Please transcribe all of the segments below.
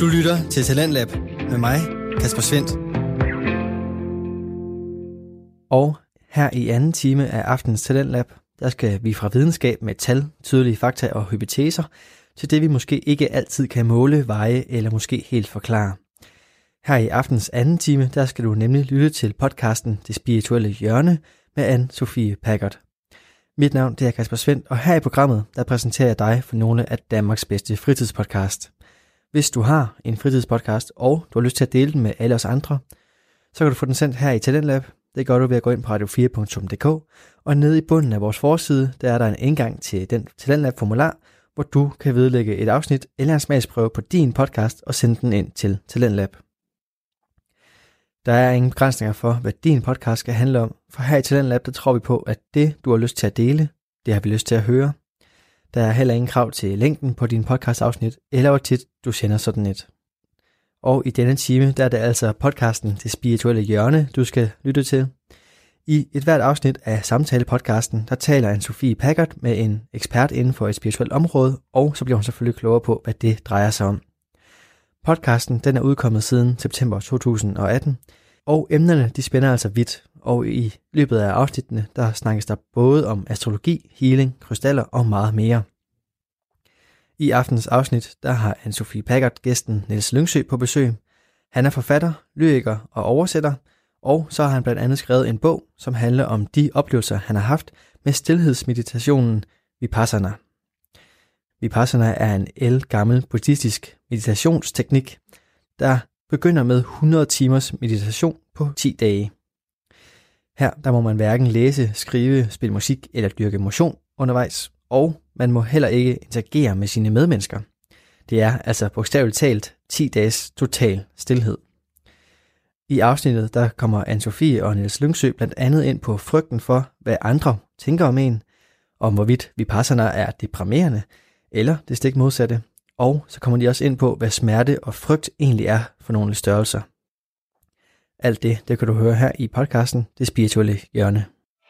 Du lytter til Talentlab med mig, Kasper Svendt. Og her i anden time af aftens Talentlab, der skal vi fra videnskab med tal, tydelige fakta og hypoteser, til det vi måske ikke altid kan måle, veje eller måske helt forklare. Her i aftens anden time, der skal du nemlig lytte til podcasten Det Spirituelle Hjørne med Anne-Sophie Packard. Mit navn det er Kasper Svendt, og her i programmet, der præsenterer jeg dig for nogle af Danmarks bedste fritidspodcast. Hvis du har en fritidspodcast, og du har lyst til at dele den med alle os andre, så kan du få den sendt her i Talentlab. Det gør du ved at gå ind på radio4.dk, og nede i bunden af vores forside, der er der en indgang til den Talentlab-formular, hvor du kan vedlægge et afsnit eller en smagsprøve på din podcast og sende den ind til Talentlab. Der er ingen begrænsninger for, hvad din podcast skal handle om, for her i Talentlab, der tror vi på, at det, du har lyst til at dele, det har vi lyst til at høre. Der er heller ingen krav til længden på din podcast-afsnit, eller hvor tit du sender sådan et. Og i denne time, der er det altså podcasten Det Spirituelle Hjørne, du skal lytte til. I et hvert afsnit af samtale-podcasten, der taler Anne-Sophie Packard med en ekspert inden for et spirituelt område, og så bliver hun selvfølgelig klogere på, hvad det drejer sig om. Podcasten, den er udkommet siden september 2018, og emnerne, de spænder altså vidt, og i løbet af afsnittene, der snakkes der både om astrologi, healing, krystaller og meget mere. I aftens afsnit, der har Anne-Sophie Packard gæsten Niels Lyngsø på besøg. Han er forfatter, lyriker og oversætter, og så har han blandt andet skrevet en bog, som handler om de oplevelser, han har haft med stilhedsmeditationen Vipassana. Vipassana er en ældgammel buddhistisk meditationsteknik, der begynder med 100 timers meditation på 10 dage. Her der må man hverken læse, skrive, spille musik eller dyrke motion undervejs, og man må heller ikke interagere med sine medmennesker. Det er altså bogstaveligt talt 10 dages total stilhed. I afsnittet der kommer Anne-Sophie og Niels Lyngsø blandt andet ind på frygten for, hvad andre tænker om en, om hvorvidt Vipassana er deprimerende, eller det stik modsatte. Og så kommer de også ind på, hvad smerte og frygt egentlig er for nogle størrelser. Alt det kan du høre her i podcasten Det Spirituelle Hjørne.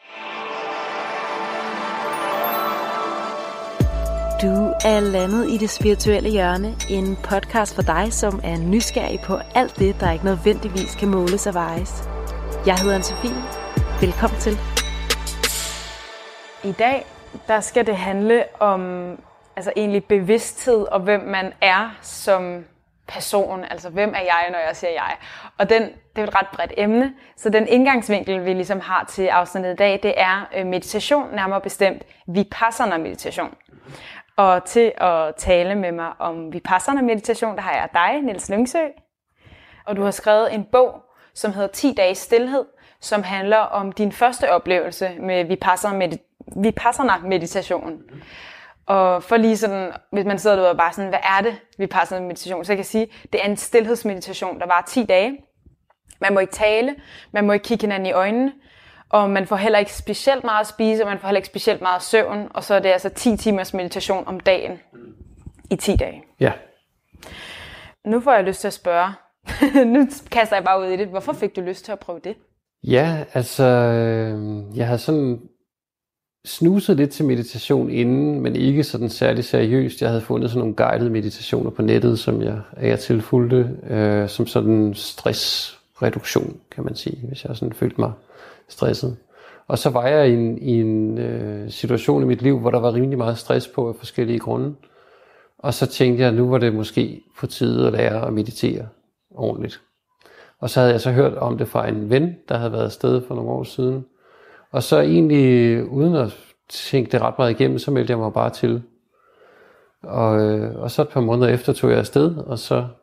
Du er landet i Det Spirituelle Hjørne, en podcast for dig, som er nysgerrig på alt det, der ikke nødvendigvis kan måles og vejes. Jeg hedder Anne-Sophie. Velkommen til. I dag, der skal det handle om egentlig bevidsthed og hvem man er som person. Altså hvem er jeg, når jeg siger jeg. Og det er et ret bredt emne. Så den indgangsvinkel, vi ligesom har til afsnittet i dag, det er meditation, nærmere bestemt Vipassana meditation. Og til at tale med mig om Vipassana meditation, der har jeg dig, Niels Lyngsø. Og du har skrevet en bog, som hedder 10 dages stilhed, som handler om din første oplevelse med Vipassana meditation. Og for lige sådan, hvis man sidder derude og bare sådan, hvad er det Vipassana meditation? Så jeg kan sige, det er en stilhedsmeditation, der var 10 dage. Man må ikke tale, man må ikke kigge hinanden i øjnene, og man får heller ikke specielt meget at spise, og man får heller ikke specielt meget søvn, og så er det altså 10 timers meditation om dagen i 10 dage. Ja. Nu får jeg lyst til at spørge, nu kaster jeg bare ud i det, hvorfor fik du lyst til at prøve det? Ja, altså, jeg har sådan snuset lidt til meditation inden, men ikke sådan særlig seriøst. Jeg havde fundet sådan nogle guidede meditationer på nettet, som jeg af til fulgte, som sådan stressreduktion, kan man sige, hvis jeg sådan følte mig stresset. Og så var jeg i en situation i mit liv, hvor der var rimelig meget stress på af forskellige grunde. Og så tænkte jeg, nu var det måske på tide at lære at meditere ordentligt. Og så havde jeg så hørt om det fra en ven, der havde været afsted for nogle år siden. Og så egentlig, uden at tænke det ret meget igennem, så meldte jeg mig bare til. Og så et par måneder efter tog jeg afsted, og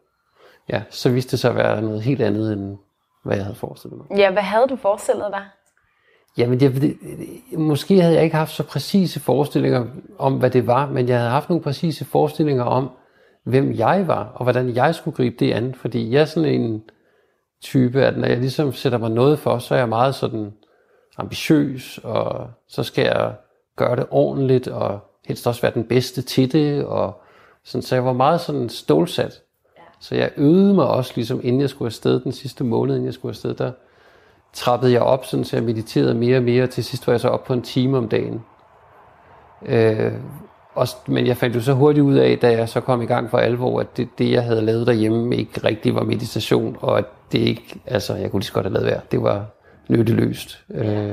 så viste det sig at være noget helt andet, end hvad jeg havde forestillet mig. Ja, hvad havde du forestillet dig? Jamen, måske havde jeg ikke haft så præcise forestillinger om, hvad det var, men jeg havde haft nogle præcise forestillinger om, hvem jeg var, og hvordan jeg skulle gribe det an. Fordi jeg er sådan en type, at når jeg ligesom sætter mig noget for, så er jeg meget sådan ambitiøs, og så skal jeg gøre det ordentligt, og helst også være den bedste til det, og sådan, så jeg var meget sådan stålsat. Ja. Så jeg øvede mig også, ligesom inden jeg skulle afsted, den sidste måned, inden jeg skulle afsted, der trappede jeg op, sådan, så jeg mediterede mere og mere, til sidst var jeg så op på 1 time om dagen. Men jeg fandt jo så hurtigt ud af, da jeg så kom i gang for alvor, at det jeg havde lavet derhjemme, ikke rigtig var meditation, og at det ikke, altså jeg kunne lige så godt have lavet være. Det var nytteløst.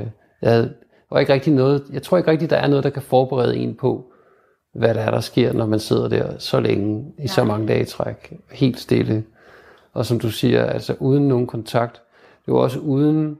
Var ikke rigtig noget, jeg tror ikke rigtig, der er noget, der kan forberede en på, hvad der sker, når man sidder der så længe, i så mange dage i træk, helt stille. Og som du siger, altså uden nogen kontakt. Det var også uden,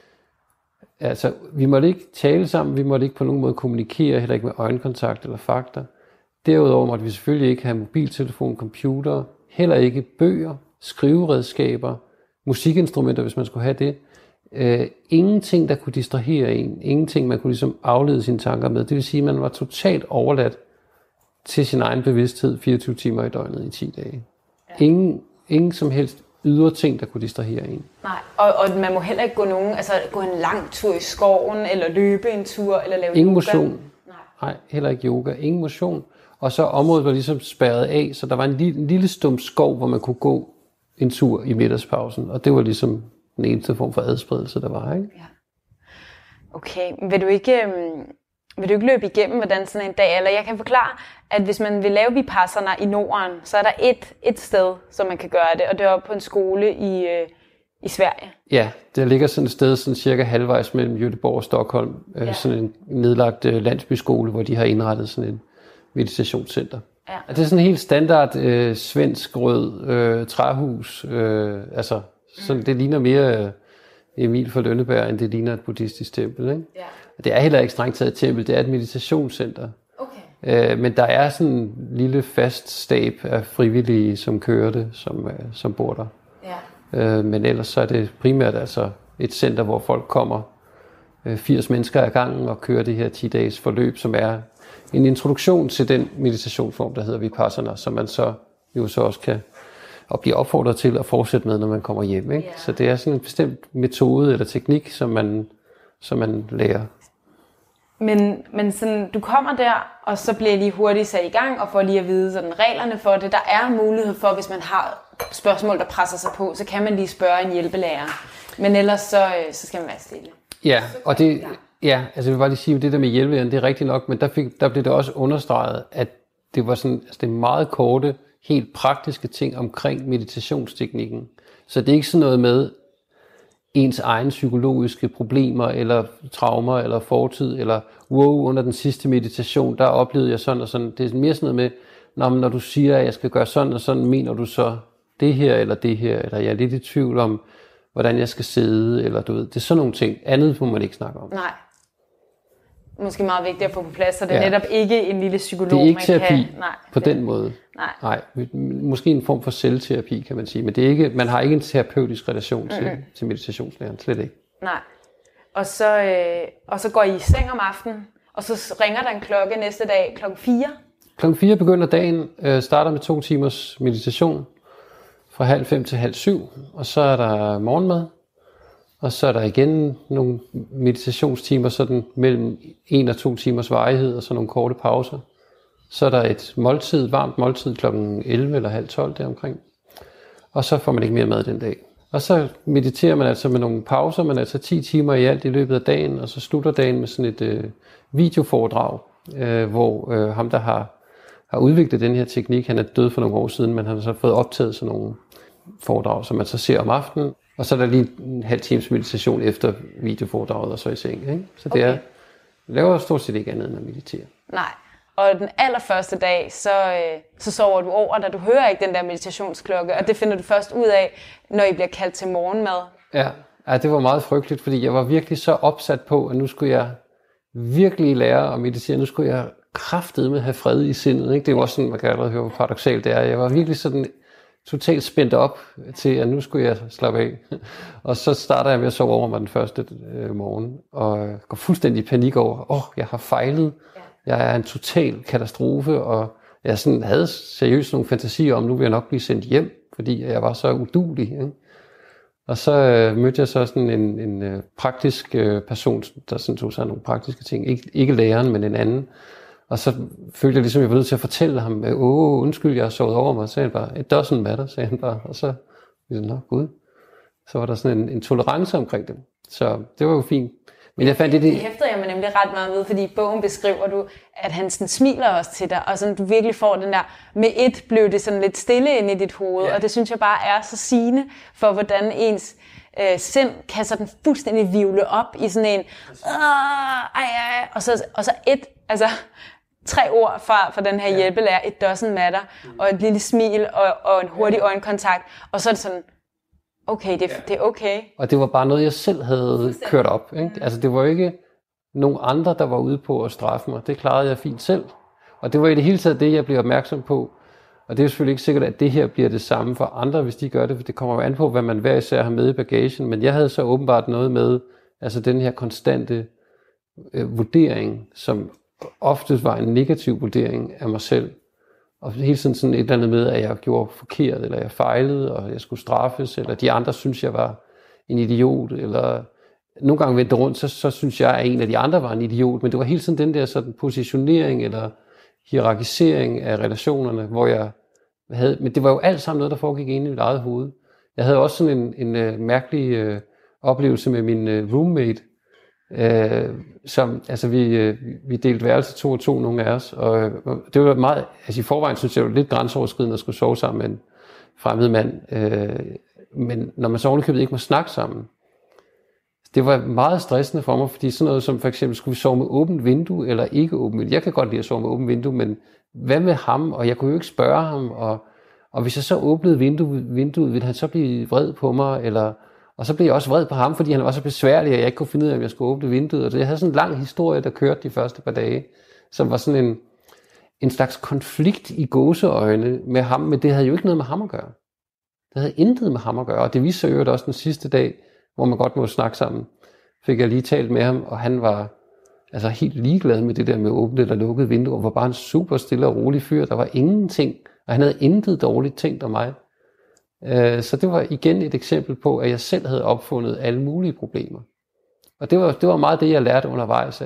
altså vi måtte ikke tale sammen, vi måtte ikke på nogen måde kommunikere, heller ikke med øjenkontakt eller fakta. Derudover måtte vi selvfølgelig ikke have mobiltelefon, computer, heller ikke bøger, skriveredskaber, musikinstrumenter, hvis man skulle have det. Ingenting, der kunne distrahere en. Ingenting, man kunne ligesom aflede sine tanker med. Det vil sige, at man var totalt overladt til sin egen bevidsthed 24 timer i døgnet i 10 dage. Ja. Ingen som helst ydre ting, der kunne distrahere en. Nej, og man må heller ikke gå en lang tur i skoven, eller løbe en tur, eller lave ingen yoga. Motion. Nej, heller ikke yoga. Ingen motion. Og så området var ligesom spærret af, så der var en lille stump skov, hvor man kunne gå en tur i middagspausen. Og det var ligesom den eneste form for adspredelse, der var, ikke? Ja. Okay, vil du ikke løbe igennem, hvordan sådan en dag, eller jeg kan forklare, at hvis man vil lave vipassana i Norden, så er der et sted, som man kan gøre det, og det er oppe på en skole i Sverige. Ja, der ligger sådan et sted, sådan cirka halvvejs mellem Göteborg og Stockholm, sådan en nedlagt landsbyskole, hvor de har indrettet sådan en meditationscenter. Ja. Det er sådan en helt standard svensk rød træhus, altså sådan, det ligner mere Emil fra Lønneberg, end det ligner et buddhistisk tempel, ikke? Ja. Det er heller ikke strengt taget et tempel, det er et meditationscenter. Okay. Men der er sådan en lille fast stab af frivillige, som kører det, som bor der. Ja. Men ellers så er det primært altså et center, hvor folk kommer 80 mennesker ad gangen og kører det her 10-dages forløb, som er en introduktion til den meditationsform, der hedder Vipassana, som man så også kan og blive opfordret til at fortsætte med, når man kommer hjem. Ikke? Yeah. Så det er sådan en bestemt metode eller teknik, som man lærer. Men sådan, du kommer der, og så bliver lige hurtigt sat i gang, og får lige at vide sådan, reglerne for det. Der er mulighed for, hvis man har spørgsmål, der presser sig på, så kan man lige spørge en hjælpelærer. Men ellers så skal man være stille. Ja, og det, altså jeg vil bare lige sige, at det der med hjælpelæreren, det er rigtigt nok, men der blev det også understreget, at det var sådan, altså det er meget korte, helt praktiske ting omkring meditationsteknikken. Så det er ikke sådan noget med ens egen psykologiske problemer, eller traumer, eller fortid, eller under den sidste meditation, der oplevede jeg sådan og sådan. Det er mere sådan noget med, når du siger, at jeg skal gøre sådan og sådan, mener du så det her, eller jeg er lidt i tvivl om, hvordan jeg skal sidde, eller du ved, det er sådan nogle ting. Andet må man ikke snakke om. Nej. Måske meget vigtigt at få på plads, så det er netop ikke en lille psykolog, det er ikke man terapi på den måde. Nej. Måske en form for selvterapi, kan man sige, men det er ikke, man har ikke en terapeutisk relation til meditationslæreren, slet ikke. Nej. Og så går I i seng om aftenen, og så ringer der en klokke næste dag klokken 4. Klokken 4 begynder dagen, starter med 2 timers meditation, fra 4:30 til 6:30, og så er der morgenmad. Og så er der igen nogle meditationstimer, sådan mellem 1 og 2 timers varighed, og så nogle korte pauser. Så er der et måltid, varmt måltid kl. 11 eller 11:30 deromkring. Og så får man ikke mere mad den dag. Og så mediterer man altså med nogle pauser, men altså 10 timer i alt i løbet af dagen, og så slutter dagen med sådan et videoforedrag, hvor ham, der har udviklet den her teknik, han er død for nogle år siden, men han har så fået optaget sådan nogle foredrag, som man så ser om aftenen. Og så er der lige en halv times meditation efter videoforedraget, og så i seng. Ikke? Så det er, laver stort set ikke andet end at meditere. Nej, og den allerførste dag, så sover du over, da du hører ikke den der meditationsklokke, og det finder du først ud af, når I bliver kaldt til morgenmad. Ja, det var meget frygteligt, fordi jeg var virkelig så opsat på, at nu skulle jeg virkelig lære at meditere. Nu skulle jeg kraftedeme have fred i sindet. Ikke? Det er jo også sådan, man kan allerede høre, hvor paradoksalt det er. Jeg var virkelig sådan totalt spændt op til, at nu skulle jeg slappe af. Og så starter jeg med at sove over mig den første morgen, og går fuldstændig i panik over, jeg har fejlet. Jeg er en total katastrofe, og jeg sådan havde seriøst nogle fantasier om, nu vil jeg nok blive sendt hjem, fordi jeg var så uduelig. Ikke? Og så mødte jeg så sådan en praktisk person, der sådan tog sig nogle praktiske ting. Ikke læreren, men en anden. Og så følte jeg ligesom, jeg var nødt til at fortælle ham, undskyld, jeg har sovet over mig. Så sagde han bare, it doesn't matter, sagde han bare. Og så gud. Så var der sådan en tolerance omkring det. Så det var jo fint. Men jeg fandt det hæftede jeg mig nemlig ret meget ved, fordi i bogen beskriver du, at han sådan smiler også til dig, og sådan, du virkelig får den der, med et blev det sådan lidt stille inde i dit hoved, og det synes jeg bare er så sigende for, hvordan ens sind kan sådan fuldstændig vivle op i sådan en, og så et, 3 ord fra den her hjælpelærer, it doesn't matter, og et lille smil og en hurtig øjenkontakt, og så er det sådan, okay, det er okay. Og det var bare noget, jeg selv havde kørt op. Ikke? Altså det var ikke nogen andre, der var ude på at straffe mig. Det klarede jeg fint selv. Og det var i det hele taget det, jeg blev opmærksom på. Og det er jo selvfølgelig ikke sikkert, at det her bliver det samme for andre, hvis de gør det. For det kommer jo an på, hvad man hver især har med i bagagen. Men jeg havde så åbenbart noget med, altså den her konstante vurdering, som oftest var en negativ vurdering af mig selv. Og hele tiden sådan et eller andet med, at jeg gjorde forkert, eller jeg fejlede, og jeg skulle straffes, eller de andre synes, jeg var en idiot, eller nogle gange vendte rundt, så synes jeg, at en af de andre var en idiot, men det var hele tiden den der sådan positionering, eller hierarkisering af relationerne, hvor jeg havde, men det var jo alt sammen noget, der foregik inde i mit eget hoved. Jeg havde også sådan en mærkelig oplevelse med min roommate, som, altså vi delte værelse 2 og 2, nogle af os, og det var meget, altså i forvejen synes jeg, det var lidt grænseoverskridende at skulle sove sammen med en fremmed mand, men når man så ovenikøbet ikke må snakke sammen, det var meget stressende for mig, fordi sådan noget som for eksempel, skulle vi sove med åbent vindue eller ikke åbent vindue? Jeg kan godt lide at sove med åbent vindue, men hvad med ham? Og jeg kunne jo ikke spørge ham, og hvis jeg så åbnede vinduet, ville han så blive vred på mig, og så blev jeg også vred på ham, fordi han var så besværlig, at jeg ikke kunne finde ud af, om jeg skulle åbne vinduet. Og jeg havde sådan en lang historie, der kørte de første par dage, som var sådan en slags konflikt i gåseøjne med ham, men det havde jo ikke noget med ham at gøre. Det havde intet med ham at gøre, og det viste sig jo også den sidste dag, hvor man godt må snakke sammen, fik jeg lige talt med ham, og han var altså helt ligeglad med det der med åbne eller lukkede vinduer, var bare en super stille og rolig fyr, der var ingenting, og han havde intet dårligt tænkt om mig. Så det var igen et eksempel på, at jeg selv havde opfundet alle mulige problemer. Og det var meget det, jeg lærte undervejs,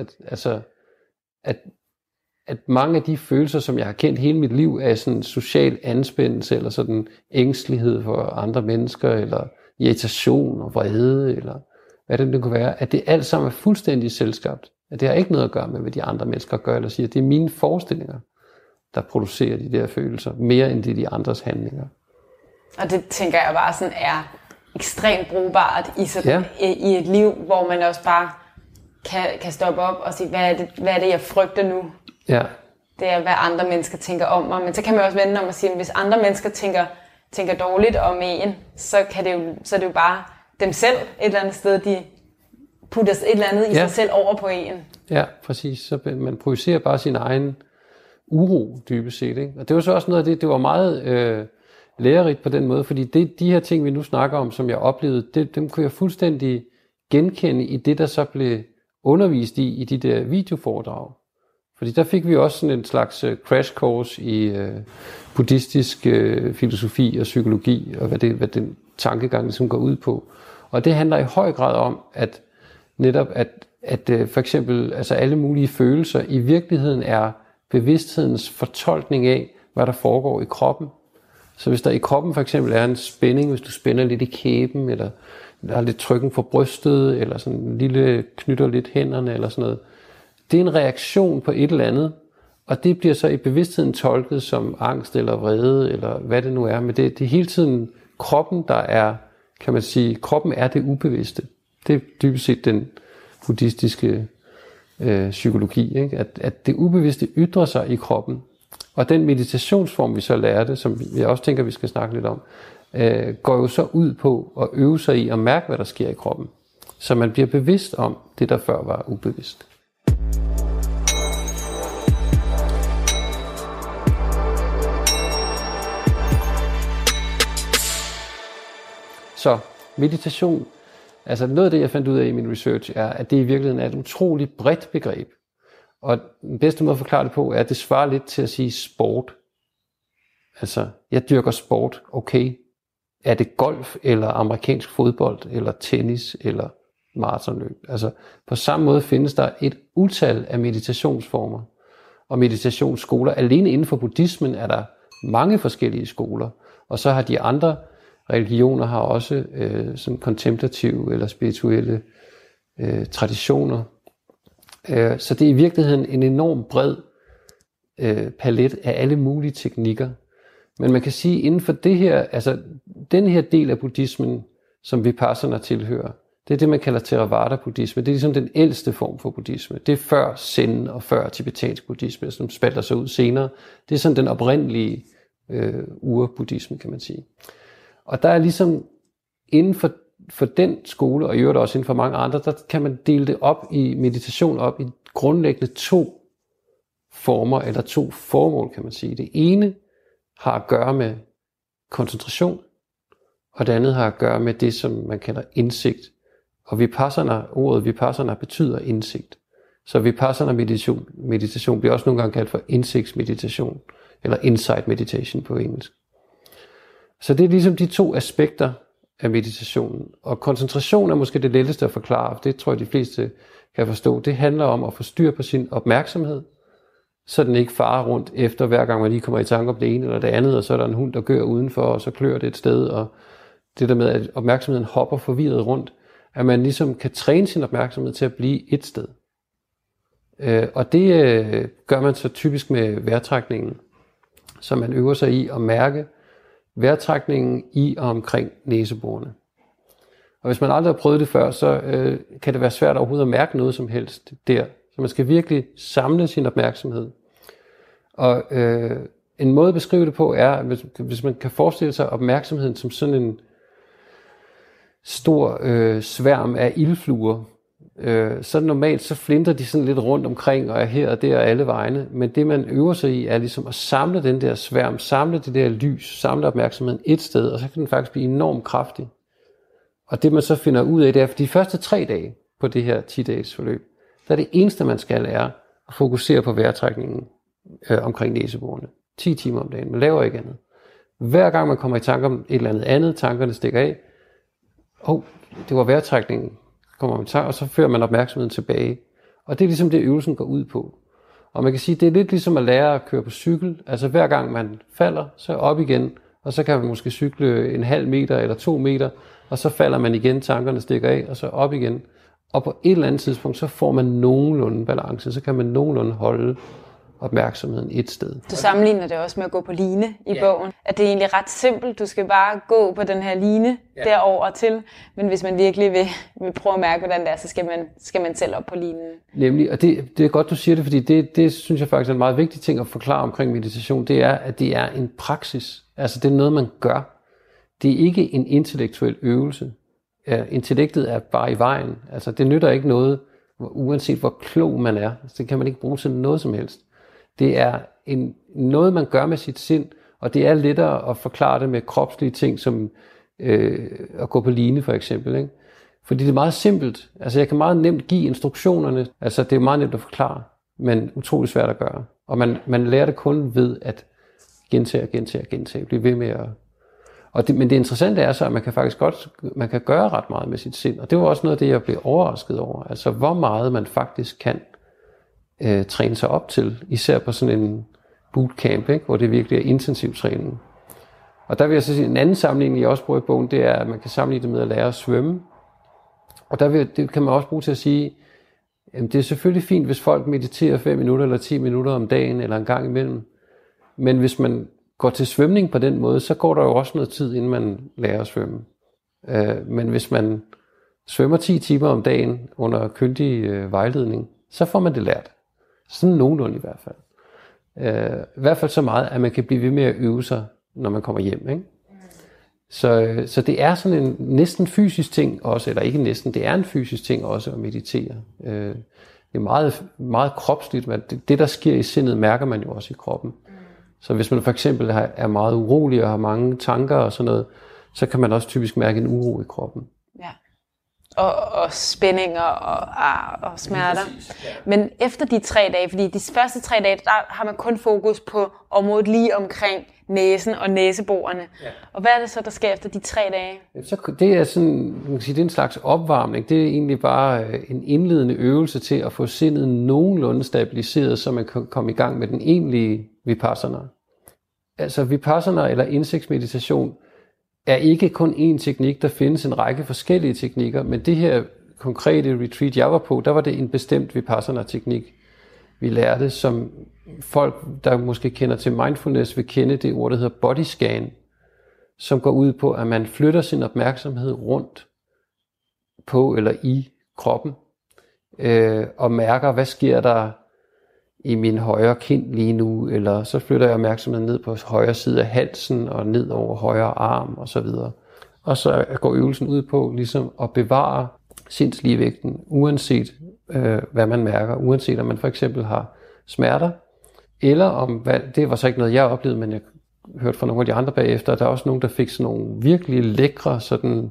at mange af de følelser, som jeg har kendt hele mit liv, er sådan social anspændelse, eller sådan ængstelighed for andre mennesker, eller irritation og vrede, eller hvad det nu kunne være, at det alt sammen er fuldstændig selvskabt. At det har ikke noget at gøre med, hvad de andre mennesker gør eller siger. Det er mine forestillinger, der producerer de der følelser, mere end det er de andres handlinger. Og det tænker jeg bare sådan er ekstremt brugbart i et liv, hvor man også bare kan stoppe op og sige, hvad er det jeg frygter nu? Ja. Det er, hvad andre mennesker tænker om mig. Men så kan man også vende om og sige, at hvis andre mennesker tænker dårligt om en, så er det jo bare dem selv et eller andet sted, de putter et eller andet i sig selv over på en. Ja, præcis. Så man projicerer bare sin egen uro dybest set. Ikke? Og det var så også noget af det var meget lærerigt på den måde, fordi de her ting, vi nu snakker om, som jeg oplevede, dem kunne jeg fuldstændig genkende i det, der så blev undervist i de der videoforedrag. Fordi der fik vi også sådan en slags crash course i buddhistisk filosofi og psykologi, og hvad den tankegang ligesom går ud på. Og det handler i høj grad om, at netop at for eksempel altså alle mulige følelser i virkeligheden er bevidsthedens fortolkning af, hvad der foregår i kroppen. Så hvis der i kroppen for eksempel er en spænding, hvis du spænder lidt i kæben, eller der er lidt trykken på brystet, eller sådan en lille knytter lidt hænderne, eller sådan noget. Det er en reaktion på et eller andet, og det bliver så i bevidstheden tolket som angst eller vrede, eller hvad det nu er. Men det er hele tiden kroppen, der er, kan man sige, kroppen er det ubevidste. Det er dybest set den buddhistiske psykologi, ikke? At det ubevidste ytrer sig i kroppen. Og den meditationsform, vi så lærte, som jeg også tænker, vi skal snakke lidt om, går jo så ud på at øve sig i at mærke, hvad der sker i kroppen. Så man bliver bevidst om det, der før var ubevidst. Så meditation, altså noget af det, jeg fandt ud af i min research, er, at det i virkeligheden er et utroligt bredt begreb. Og den bedste måde at forklare det på, er, at det svarer lidt til at sige sport. Altså, jeg dyrker sport, okay. Er det golf, eller amerikansk fodbold, eller tennis, eller maratonløb? Altså, på samme måde findes der et utal af meditationsformer og meditationsskoler. Alene inden for buddhismen er der mange forskellige skoler, og så har de andre religioner har også sådan kontemplative eller spirituelle traditioner. Så det er i virkeligheden en enorm bred palet af alle mulige teknikker. Men man kan sige, inden for det her, altså den her del af buddhismen, som Vipassana tilhører, det er det, man kalder Theravada-buddhisme. Det er ligesom den ældste form for buddhisme. Det er før Zen og før tibetansk buddhisme, som spalter sig ud senere. Det er sådan den oprindelige ur-buddhisme, kan man sige. Og der er ligesom inden for den skole, og i øvrigt også inden for mange andre, der kan man dele det op i meditation op i grundlæggende 2 former, eller 2 formål, kan man sige. Det ene har at gøre med koncentration, og det andet har at gøre med det, som man kalder indsigt. Og ordet Vipassana betyder indsigt. Så Vipassana meditation bliver også nogle gange kaldt for indsigtsmeditation, eller insight meditation på engelsk. Så det er ligesom de 2 aspekter af meditationen. Og koncentration er måske det letteste at forklare, det tror jeg de fleste kan forstå. Det handler om at få styr på sin opmærksomhed, så den ikke farer rundt efter hver gang man lige kommer i tanke om det ene eller det andet, og så er der en hund, der gør udenfor, og så klør det et sted, og det der med, at opmærksomheden hopper forvirret rundt, at man ligesom kan træne sin opmærksomhed til at blive et sted. Og det gør man så typisk med vejrtrækningen, så man øver sig i at mærke vejrtrækningen i og omkring næseborene. Og hvis man aldrig har prøvet det før, så kan det være svært overhovedet at mærke noget som helst der. Så man skal virkelig samle sin opmærksomhed. Og en måde at beskrive det på er, hvis man kan forestille sig opmærksomheden som sådan en stor sværm af ildfluer, så normalt så flinter de sådan lidt rundt omkring og er her og der og alle vegne. Men det man øver sig i er ligesom at samle den der sværm, samle det der lys, samle opmærksomheden et sted, og så kan den faktisk blive enormt kraftig. Og det man så finder ud af, det er, for de første 3 dage på det her 10-dages forløb, der er det eneste man skal er at fokusere på vejrtrækningen omkring næseborene. 10 timer om dagen, man laver ikke andet. Hver gang man kommer i tanke om et eller andet, tankerne stikker af, det var vejrtrækningen, kommer man i tanke, og så fører man opmærksomheden tilbage. Og det er ligesom det, øvelsen går ud på. Og man kan sige, det er lidt ligesom at lære at køre på cykel. Altså hver gang man falder, så op igen, og så kan man måske cykle en halv meter eller 2 meter, og så falder man igen, tankerne stikker af, og så op igen. Og på et eller andet tidspunkt, så får man nogenlunde balance, så kan man nogenlunde holde opmærksomheden et sted. Du sammenligner det også med at gå på line i bogen. At det er egentlig ret simpelt. Du skal bare gå på den her line derover til. Men hvis man virkelig vil prøve at mærke, hvordan det er, så skal man selv op på linen. Nemlig, og det er godt, du siger det, fordi det synes jeg faktisk er en meget vigtig ting at forklare omkring meditation. Det er, at det er en praksis. Altså det er noget, man gør. Det er ikke en intellektuel øvelse. Intellektet er bare i vejen. Altså det nytter ikke noget, uanset hvor klog man er. Det kan man ikke bruge til noget som helst. Det er noget, man gør med sit sind, og det er lettere at forklare det med kropslige ting, som at gå på line for eksempel. Ikke? Fordi det er meget simpelt. Altså jeg kan meget nemt give instruktionerne. Altså det er meget nemt at forklare, men utrolig svært at gøre. Og man lærer det kun ved at gentage, blive ved med at... Men det interessante er så, at man kan gøre ret meget med sit sind. Og det var også noget af det, jeg blev overrasket over. Altså hvor meget man faktisk kan træne sig op til, især på sådan en bootcamp, ikke? Hvor det virkelig er intensiv træning. Og der vil jeg så sige, en anden sammenligning, jeg også bruger i bogen, det er, at man kan sammenligne det med at lære at svømme. Og det kan man også bruge til at sige, at det er selvfølgelig fint, hvis folk mediterer 5 minutter eller 10 minutter om dagen, eller en gang imellem. Men hvis man går til svømning på den måde, så går der jo også noget tid, inden man lærer at svømme. Men hvis man svømmer 10 timer om dagen under kyndig vejledning, så får man det lært. Sådan nogenlunde i hvert fald. I hvert fald så meget, at man kan blive ved med at øve sig, når man kommer hjem. Ikke? Så det er sådan en næsten fysisk ting også, eller ikke næsten, det er en fysisk ting også at meditere. Det er meget, meget kropsligt. Det, der sker i sindet, mærker man jo også i kroppen. Så hvis man for eksempel er meget urolig og har mange tanker og sådan noget, så kan man også typisk mærke en uro i kroppen. Ja. Og spændinger og smerter. Men efter de 3 dage, fordi de første 3 dage, der har man kun fokus på området lige omkring næsen og næseborene. Ja. Og hvad er det så, der sker efter de 3 dage? Så det er sådan, man kan sige, det er en slags opvarmning. Det er egentlig bare en indledende øvelse til at få sindet nogenlunde stabiliseret, så man kan komme i gang med den egentlige Vipassana. Altså Vipassana eller indsigtsmeditation er ikke kun én teknik, der findes en række forskellige teknikker, men det her konkrete retreat, jeg var på, der var det en bestemt Vipassana-teknik, vi lærte, som folk, der måske kender til mindfulness, vil kende det ord, der hedder body scan, som går ud på, at man flytter sin opmærksomhed rundt på eller i kroppen, og mærker, hvad sker der i min højre kind lige nu, eller så flytter jeg opmærksomheden ned på højre side af halsen, og ned over højre arm, og så videre. Og så går øvelsen ud på ligesom at bevare sindsligevægten, uanset hvad man mærker, uanset om man for eksempel har smerter, eller om, det var så ikke noget, jeg oplevede, men jeg hørte fra nogle af de andre bagefter, der er også nogen, der fik sådan nogle virkelig lækre, sådan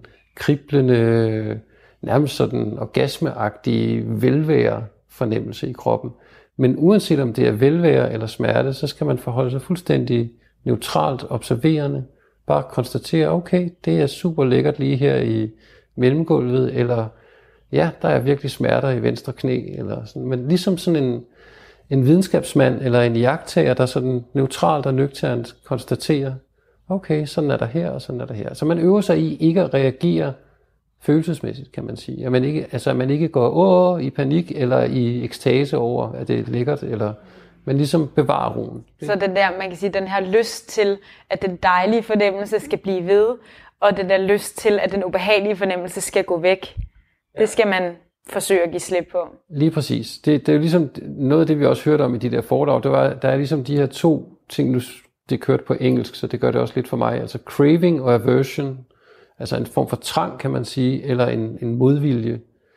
kriblende, nærmest sådan orgasmeagtige velvære fornemmelse i kroppen. Men uanset om det er velvære eller smerte, så skal man forholde sig fuldstændig neutralt observerende. Bare konstatere, okay, det er super lækkert lige her i mellemgulvet, eller ja, der er virkelig smerter i venstre knæ, eller sådan. Men ligesom sådan en videnskabsmand eller en iagttager, der sådan neutralt og nøgternt konstaterer, okay, sådan er der her, og sådan er der her. Så man øver sig i ikke at reagere følelsesmæssigt, kan man sige. At man ikke går i panik eller i ekstase over, at det er lækkert, eller man ligesom bevarer roen. Så den der, man kan sige, den her lyst til, at den dejlige fornemmelse skal blive ved, og den der lyst til, at den ubehagelige fornemmelse skal gå væk, det skal man forsøge at give slip på. Lige præcis. Det er jo ligesom noget af det, vi også hørte om i de der foredrag, der er ligesom de her to ting, nu det er kørt på engelsk, så det gør det også lidt for mig. Altså craving og aversion, altså en form for trang, kan man sige, eller en modvilje.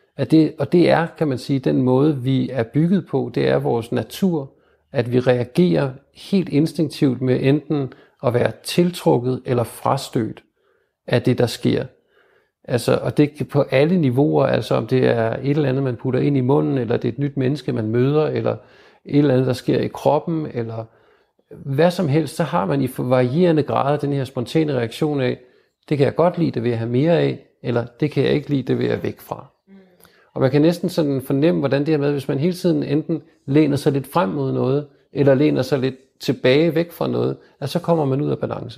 Og det er, kan man sige, den måde, vi er bygget på, det er vores natur, at vi reagerer helt instinktivt med enten at være tiltrukket eller frastødt af det, der sker. Altså, og det på alle niveauer, altså om det er et eller andet, man putter ind i munden, eller det er et nyt menneske, man møder, eller et eller andet, der sker i kroppen, eller hvad som helst, så har man i varierende grader den her spontane reaktion af, det kan jeg godt lide, det vil jeg have mere af, eller det kan jeg ikke lide, det vil jeg væk fra. Og man kan næsten sådan fornemme, hvordan det er med, hvis man hele tiden enten læner sig lidt frem mod noget, eller læner sig lidt tilbage væk fra noget, at så kommer man ud af balance.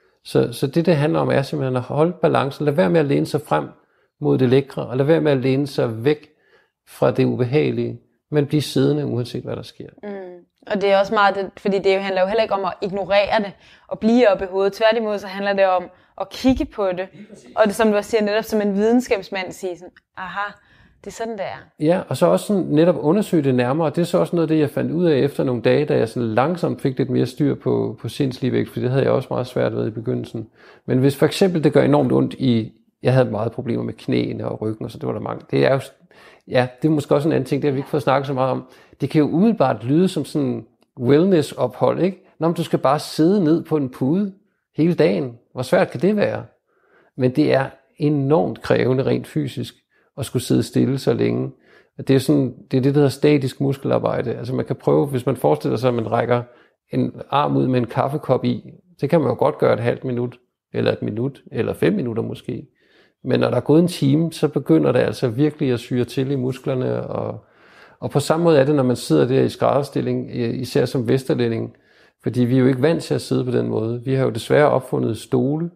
Så det handler om, er simpelthen at holde balancen. Lad være med at læne sig frem mod det lækre, og lad være med at læne sig væk fra det ubehagelige, men blive siddende, uanset hvad der sker. Og det er også meget det, fordi det handler jo heller ikke om at ignorere det, og blive oppe i hovedet. Tværtimod så handler det om at kigge på det, og det, som du også siger, netop som en videnskabsmand siger sådan, aha, det er sådan, det er. Ja, og så også sådan netop undersøge det nærmere, og det er så også noget af det, jeg fandt ud af efter nogle dage, da jeg sådan langsomt fik lidt mere styr på sindsligevægt, for det havde jeg også meget svært ved i begyndelsen. Men hvis for eksempel det gør enormt ondt jeg havde meget problemer med knæene og ryggen, og så det var der mange. Det er jo, ja, det er måske også en anden ting, det har vi ikke fået snakket så meget om. Det kan jo umiddelbart lyde som sådan wellness-ophold, ikke? Nå, men du skal bare sidde ned på en pude hele dagen. Hvor svært kan det være? Men det er enormt krævende rent fysisk at skulle sidde stille så længe. Det er det, der hedder statisk muskelarbejde. Altså man kan prøve, hvis man forestiller sig, at man rækker en arm ud med en kaffekop i, det kan man jo godt gøre et halvt minut, eller et minut, eller 5 minutter måske. Men når der er gået en time, så begynder det altså virkelig at syre til i musklerne, og på samme måde er det, når man sidder der i skrædderstilling, især som vesterlænding, fordi vi er jo ikke vant til at sidde på den måde. Vi har jo desværre opfundet stole,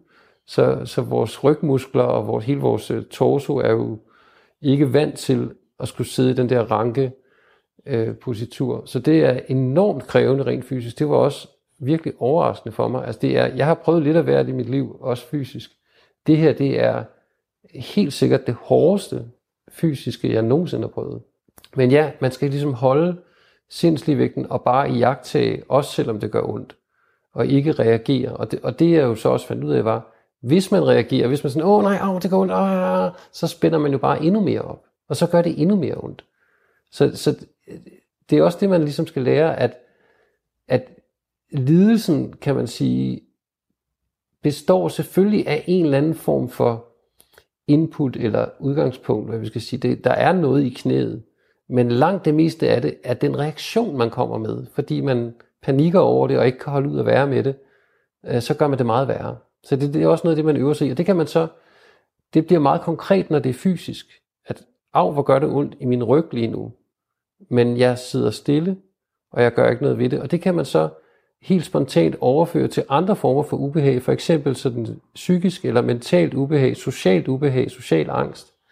så vores rygmuskler og hele vores torso er jo ikke vant til at skulle sidde i den der ranke positur. Så det er enormt krævende rent fysisk. Det var også virkelig overraskende for mig. Altså jeg har prøvet lidt af hvert i mit liv, også fysisk. Det her, det er helt sikkert det hårdeste fysiske, jeg nogensinde har prøvet. Men ja, man skal ligesom holde sindsligevægten og bare iagttage, også selvom det gør ondt, og ikke reagere. Og det jeg jo så også fandt ud af var, hvis man reagerer, hvis man sådan, det går ondt, så spænder man jo bare endnu mere op, og så gør det endnu mere ondt. Så det er også det, man ligesom skal lære, at lidelsen, kan man sige, består selvfølgelig af en eller anden form for input eller udgangspunkt, hvad vi skal sige. Der er noget i knæet, men langt det meste af det er den reaktion, man kommer med, fordi man panikker over det og ikke kan holde ud at være med det, så gør man det meget værre. Så det er også noget af det, man øver sig i, og det kan man så, det bliver meget konkret, når det er fysisk, at hvor gør det ondt i min ryg lige nu, men jeg sidder stille, og jeg gør ikke noget ved det, og det kan man så helt spontant overføre til andre former for ubehag, for eksempel sådan psykisk eller mentalt ubehag, social angst,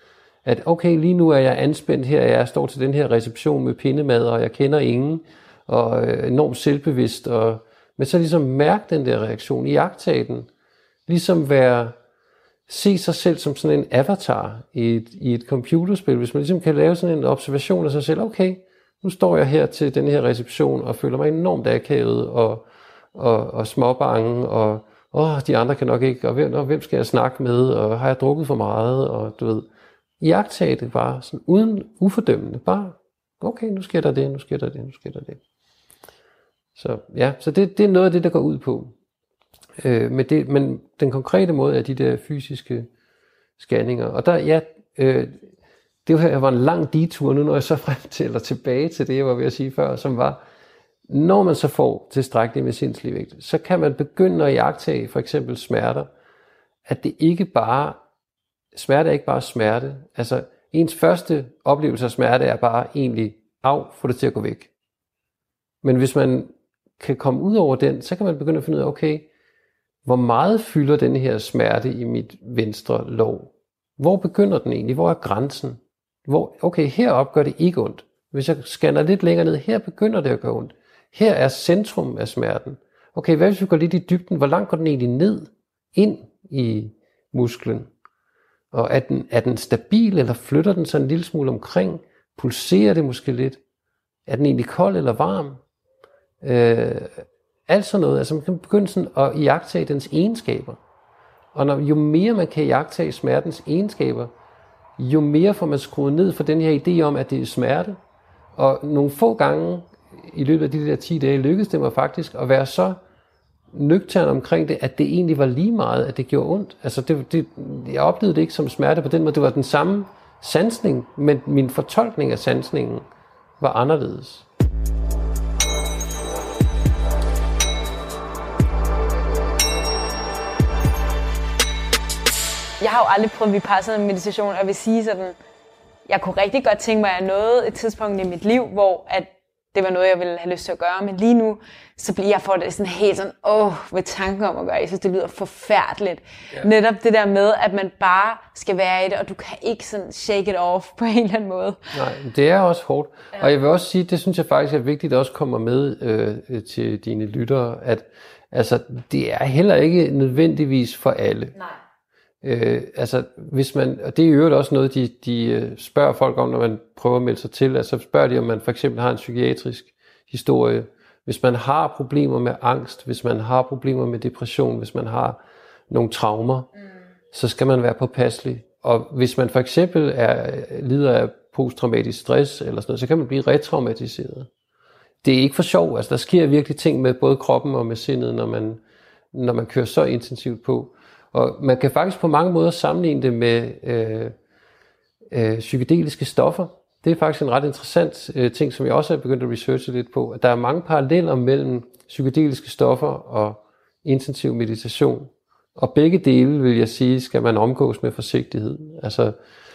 At okay, lige nu er jeg anspændt her, jeg står til den her reception med pindemad, og jeg kender ingen, og enormt selvbevidst, men så ligesom mærke den der reaktion, iagttage den, ligesom se sig selv som sådan en avatar i et computerspil, hvis man ligesom kan lave sådan en observation af sig selv, okay, nu står jeg her til den her reception, og føler mig enormt akavet, og småbange, og de andre kan nok ikke, og hvem skal jeg snakke med, og har jeg drukket for meget, og du ved, iagttage det bare, sådan uden ufordømmende, bare, okay, nu sker der det, nu sker der det, nu sker der det. Så ja, så det er noget af det, der går ud på. Men den konkrete måde er de der fysiske scanninger, og der, ja, det var en lang detur nu, når jeg så frem til, eller tilbage til det, jeg var ved at sige før, som var, når man så får tilstrækkeligt med sindsligevægt, så kan man begynde at iagttage for eksempel smerter, at smerte er ikke bare smerte. Altså, ens første oplevelse af smerte er bare egentlig, få det til at gå væk. Men hvis man kan komme ud over den, så kan man begynde at finde ud af, okay, hvor meget fylder denne her smerte i mit venstre lår? Hvor begynder den egentlig? Hvor er grænsen? Okay, heroppe gør det ikke ondt. Hvis jeg scanner lidt længere ned, her begynder det at gøre ondt. Her er centrum af smerten. Okay, hvad hvis vi går lidt i dybden? Hvor langt går den egentlig ned? Ind i musklen? Og er den stabil, eller flytter den sig en lille smule omkring? Pulserer det måske lidt? Er den egentlig kold eller varm? Alt sådan noget. Altså man kan begynde sådan at iagttage dens egenskaber. Og jo mere man kan iagttage smertens egenskaber, jo mere får man skruet ned for den her idé om, at det er smerte. Og nogle få gange i løbet af de der 10 dage lykkedes det mig faktisk at være så nøgtern omkring det, at det egentlig var lige meget, at det gjorde ondt. Altså jeg oplevede det ikke som smerte på den måde. Det var den samme sansning, men min fortolkning af sansningen var anderledes. Jeg har jo aldrig prøvet vipassana meditation, og jeg vil sige sådan, jeg kunne rigtig godt tænke mig, at jeg nåede et tidspunkt i mit liv, hvor at det var noget, jeg ville have lyst til at gøre, men lige nu, så bliver jeg for det sådan helt sådan, ved tanken om at gøre. Jeg synes, det lyder forfærdeligt. Ja. Netop det der med, at man bare skal være i det, og du kan ikke sådan shake it off på en eller anden måde. Nej, det er også hårdt. Ja. Og jeg vil også sige, det synes jeg faktisk er vigtigt, at også kommer med til dine lyttere, at altså, det er heller ikke nødvendigvis for alle. Nej. Altså hvis man, og det er jo også noget de spørger folk om, når man prøver at melde sig til, altså spørger de om man for eksempel har en psykiatrisk historie, hvis man har problemer med angst, hvis man har problemer med depression, hvis man har nogle traumer, så skal man være påpasselig. Og hvis man for eksempel lider af posttraumatisk stress eller sådan noget, så kan man blive retraumatiseret. Det er ikke for sjov, altså der sker virkelig ting med både kroppen og med sindet, når man kører så intensivt på. Og man kan faktisk på mange måder sammenligne det med psykedeliske stoffer. Det er faktisk en ret interessant ting, som jeg også har begyndt at researche lidt på. At der er mange paralleller mellem psykedeliske stoffer og intensiv meditation. Og begge dele, vil jeg sige, skal man omgås med forsigtighed. Altså,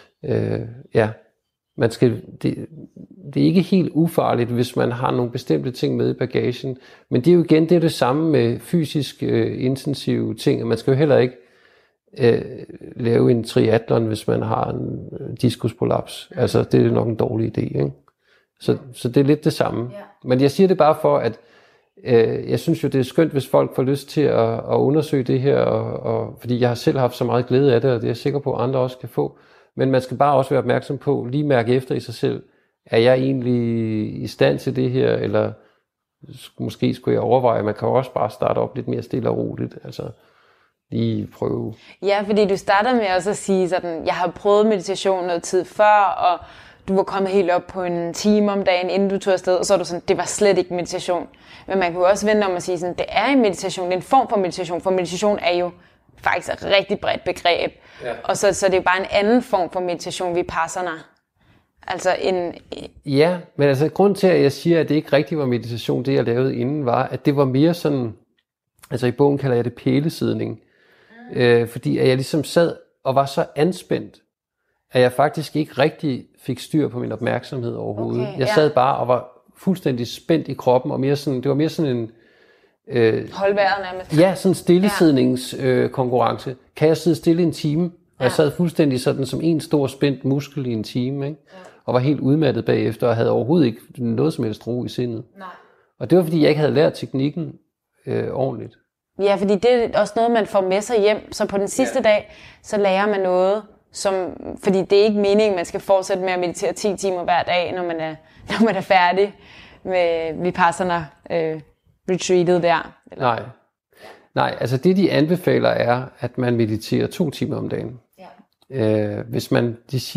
det er ikke helt ufarligt, hvis man har nogle bestemte ting med i bagagen. Men det er jo igen det samme med fysisk intensive ting. Man skal jo heller ikke lave en triathlon, hvis man har en diskusprolaps. Altså, det er nok en dårlig idé, ikke? Så det er lidt det samme. Yeah. Men jeg siger det bare for, at jeg synes jo, det er skønt, hvis folk får lyst til at undersøge det her, og fordi jeg har selv haft så meget glæde af det, og det er jeg sikker på, at andre også kan få. Men man skal bare også være opmærksom på, lige mærke efter i sig selv, er jeg egentlig i stand til det her, eller måske skulle jeg overveje, man kan også bare starte op lidt mere stille og roligt, altså lige prøve. Ja, fordi du starter med også at sige sådan, jeg har prøvet meditation noget tid før, og du var kommet helt op på en time om dagen, inden du tog afsted, og så er du sådan, det var slet ikke meditation. Men man kan jo også vende om at sige sådan, det er en meditation, det er en form for meditation, for meditation er jo faktisk et rigtig bredt begreb. Ja. Og så det er jo bare en anden form for meditation, vipassana. Altså Ja, men altså grund til, at jeg siger, at det ikke rigtig var meditation, det jeg lavede inden, var, at det var mere sådan, altså i bogen kalder jeg det pælesidning. Fordi at jeg ligesom sad og var så anspændt, at jeg faktisk ikke rigtig fik styr på min opmærksomhed overhovedet. Okay, jeg sad bare og var fuldstændig spændt i kroppen, og mere sådan, det var mere sådan en hold vejret nærmest. Ja, sådan en stillesidningskonkurrence. Kan jeg sidde stille en time? Og jeg sad fuldstændig sådan som en stor spændt muskel i en time, ikke? Ja. Og var helt udmattet bagefter, og havde overhovedet ikke noget som helst ro i sindet. Nej. Og det var, fordi jeg ikke havde lært teknikken ordentligt. Ja, fordi det er også noget, man får med sig hjem. Så på den sidste dag, så lærer man noget, fordi det er ikke meningen, man skal fortsætte med at meditere 10 timer hver dag, når man er færdig med Vipassana retreatet der. Eller? Nej, altså det de anbefaler er, at man mediterer 2 timer om dagen. Ja. Hvis man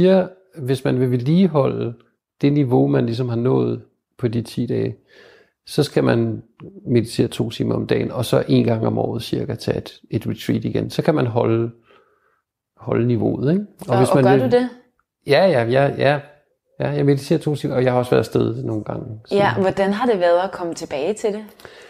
vil vedligeholde det niveau, man ligesom har nået på de 10 dage, så skal man meditere 2 timer om dagen, og så 1 gang om året cirka tage et retreat igen. Så kan man holde niveauet, ikke? Og hvis man gør du det? Ja, jeg mediterer 2 timer, og jeg har også været afsted nogle gange. Så. Ja, hvordan har det været at komme tilbage til det?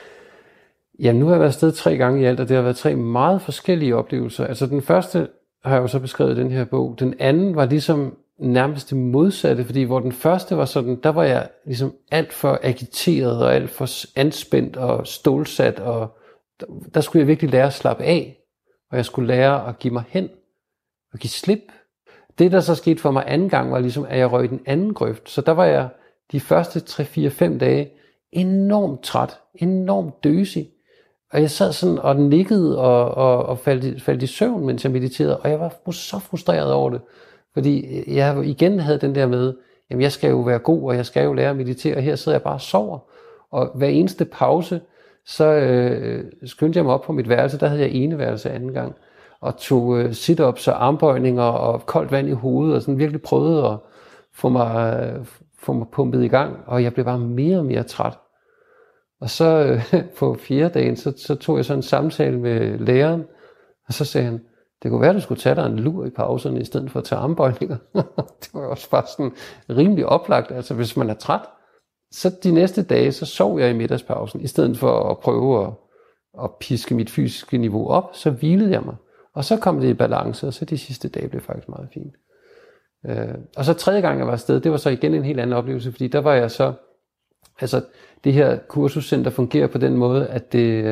Jamen, nu har jeg været afsted 3 gange i alt, og det har været 3 meget forskellige oplevelser. Altså den første har jeg jo så beskrevet i den her bog. Den anden var ligesom nærmest det modsatte, fordi hvor den første var sådan, der var jeg ligesom alt for agiteret og alt for anspændt og stålsat, og der skulle jeg virkelig lære at slappe af, og jeg skulle lære at give mig hen og give slip. Det, der så skete for mig anden gang, var ligesom, at jeg røg den anden grøft. Så der var jeg de første 3-4-5 dage enormt træt, enormt døsig. Og jeg sad sådan og nikkede og faldt i søvn, mens jeg mediterede, og jeg var så frustreret over det. Fordi jeg igen havde den der med, jamen jeg skal jo være god, og jeg skal jo lære at meditere, og her sidder jeg bare og sover. Og hver eneste pause, så skyndte jeg mig op på mit værelse, der havde jeg eneværelse anden gang, og tog sit-ups og armbøjninger og koldt vand i hovedet, og sådan virkelig prøvede at få mig pumpet i gang, og jeg blev bare mere og mere træt. Og så på 4. dagen, så tog jeg så en samtale med læreren, og så sagde han, det kunne være, at du skulle tage dig en lur i pauserne, i stedet for at tage armbøjninger. Det var også bare sådan rimelig oplagt, altså hvis man er træt. Så de næste dage, så sov jeg i middagspausen, i stedet for at prøve at piske mit fysiske niveau op, så hvilede jeg mig. Og så kom det i balance, og så de sidste dage blev faktisk meget fint. Og så 3. gang jeg var afsted, det var så igen en helt anden oplevelse, fordi der var jeg så, altså det her kursuscenter fungerer på den måde, at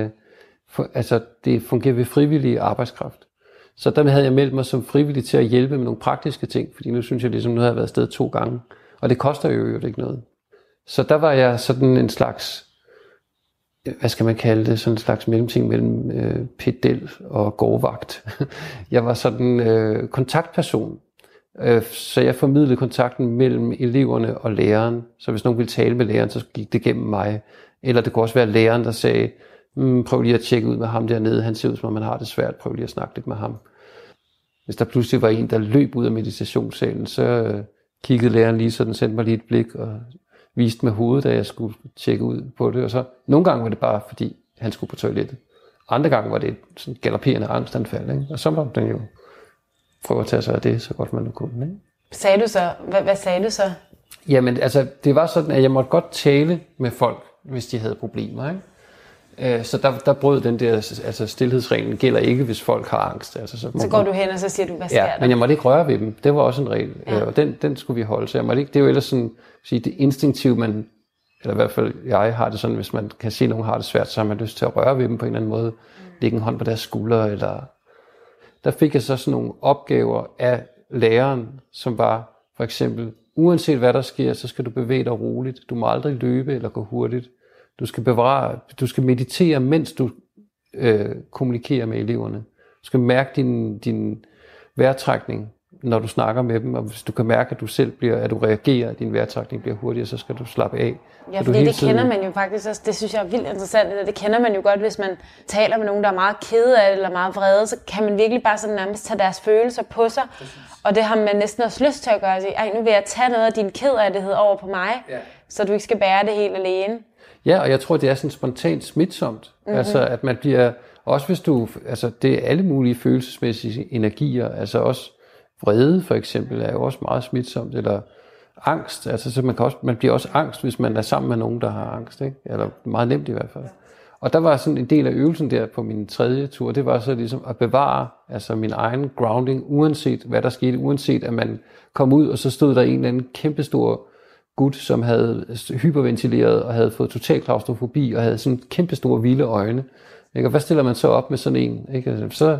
det fungerer ved frivillig arbejdskraft. Så der havde jeg meldt mig som frivillig til at hjælpe med nogle praktiske ting, fordi nu synes jeg ligesom, nu har jeg været afsted 2 gange, og det koster jo ikke noget. Så der var jeg sådan en slags, hvad skal man kalde det, sådan en slags mellemting mellem pedel og gårdvagt. Jeg var sådan kontaktperson, så jeg formidlede kontakten mellem eleverne og læreren, så hvis nogen ville tale med læreren, så gik det gennem mig. Eller det kunne også være læreren, der sagde, prøv lige at tjekke ud med ham dernede, han ser ud som om man har det svært, prøv lige at snakke lidt med ham. Hvis der pludselig var en, der løb ud af meditationssalen, så kiggede læreren lige sådan, sendte mig lige et blik og viste med hovedet, da jeg skulle tjekke ud på det. Og så nogle gange var det bare, fordi han skulle på toilettet. Andre gange var det sådan galopperende angstanfald, ikke? Og så var den jo prøve at tage sig af det, så godt man nu kunne. Ikke? Sagde du så? Hvad sagde du så? Jamen, altså, det var sådan, at jeg måtte godt tale med folk, hvis de havde problemer, ikke? Så der brød den der, altså stilhedsreglen gælder ikke, hvis folk har angst. Altså, så går du hen, og så siger du, hvad sker der? Men jeg måtte ikke røre ved dem. Det var også en regel, og den skulle vi holde. Så jeg måtte ikke, det er jo ellers sådan, sige, det instinktive, man, eller i hvert fald jeg har det sådan, hvis man kan se, at nogen har det svært, så har man lyst til at røre ved dem på en eller anden måde. Lægge en hånd på deres skuldre, eller... Der fik jeg så sådan nogle opgaver af læreren, som var for eksempel, uanset hvad der sker, så skal du bevæge dig roligt. Du må aldrig løbe eller gå hurtigt. Du skal meditere, mens du kommunikerer med eleverne. Du skal mærke din vejrtrækning, når du snakker med dem, og hvis du kan mærke, at du selv at du reagerer, at din vejrtrækning bliver hurtigere, så skal du slappe af. Ja, fordi det kender man jo faktisk også, det synes jeg er vildt interessant, det kender man jo godt, hvis man taler med nogen, der er meget kede af det, eller meget vrede, så kan man virkelig bare sådan nærmest tage deres følelser på sig, og det har man næsten også lyst til at gøre, sige, nu vil jeg tage noget af din kedelighed over på mig, så du ikke skal bære det helt alene. Ja, og jeg tror, det er sådan spontant smitsomt, altså at man bliver, også hvis du, altså det er alle mulige følelsesmæssige energier, altså også vrede for eksempel er jo også meget smitsomt, eller angst, altså så man bliver også angst, hvis man er sammen med nogen, der har angst, ikke? Eller meget nemt i hvert fald. Og der var sådan en del af øvelsen der på min 3. tur, det var så ligesom at bevare altså min egen grounding, uanset hvad der skete, uanset at man kom ud, og så stod der en eller anden kæmpestor gut, som havde hyperventileret og havde fået total klaustrofobi og havde sådan kæmpestore vilde øjne. Ikke? Og hvad stiller man så op med sådan en? Ikke? Så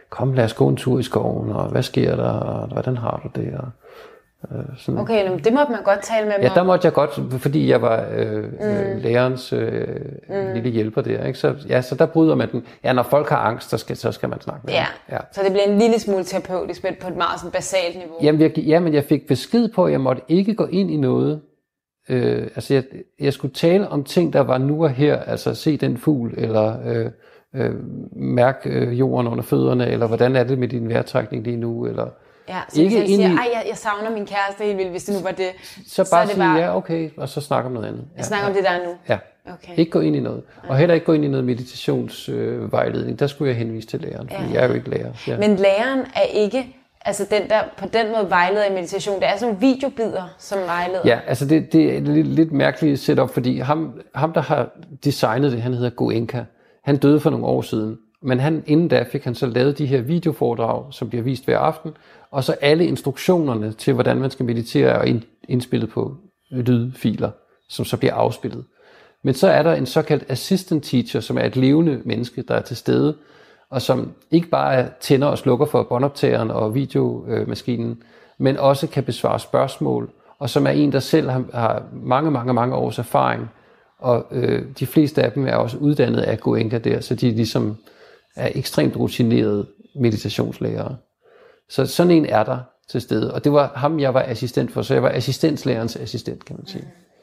kom lad os gå en tur i skoven, og hvad sker der, og hvordan har du det, og sådan. Okay, det måtte man godt tale med mig. Ja, der måtte jeg godt, fordi jeg var lærerens lille hjælper der, ikke? Så der bryder man den. Ja, når folk har angst, så skal man snakke med dem. Ja, så det bliver en lille smule terapeutisk, men på et meget sådan basalt niveau. Jamen, jeg fik besked på, at jeg måtte ikke gå ind i noget. Altså, jeg skulle tale om ting, der var nu og her, altså se den fugl, eller mærke jorden under fødderne, eller hvordan er det med din vejrtrækning lige nu, eller... Ja, så ikke hvis jeg siger, jeg savner min kæreste helt vildt, hvis det nu var det. Så bare sige, ja, okay, og så snakke om noget andet. Jeg snakker om det, der er nu? Ja, okay. Ikke gå ind i noget. Og heller ikke gå ind i noget meditationsvejledning. Der skulle jeg henvise til læreren, fordi jeg er jo ikke lærer. Ja. Men læreren er ikke, altså den der på den måde vejleder i meditation, det er sådan videobider, som vejleder. Ja, altså det er lidt mærkeligt setup, fordi ham, der har designet det, han hedder Goenka. Han døde for nogle år siden. Men inden da fik han så lavet de her videoforedrag, som bliver vist hver aften, og så alle instruktionerne til, hvordan man skal meditere, er indspillet på lydfiler, som så bliver afspillet. Men så er der en såkaldt assistant teacher, som er et levende menneske, der er til stede, og som ikke bare tænder og slukker for båndoptageren og videomaskinen, men også kan besvare spørgsmål, og som er en, der selv har mange års erfaring, og de fleste af dem er også uddannet af Goenka der, så de ligesom er ekstremt rutinerede meditationslærere. Så sådan en er der til stede, og det var ham, jeg var assistent for, så jeg var assistenslærerens assistent, kan man sige.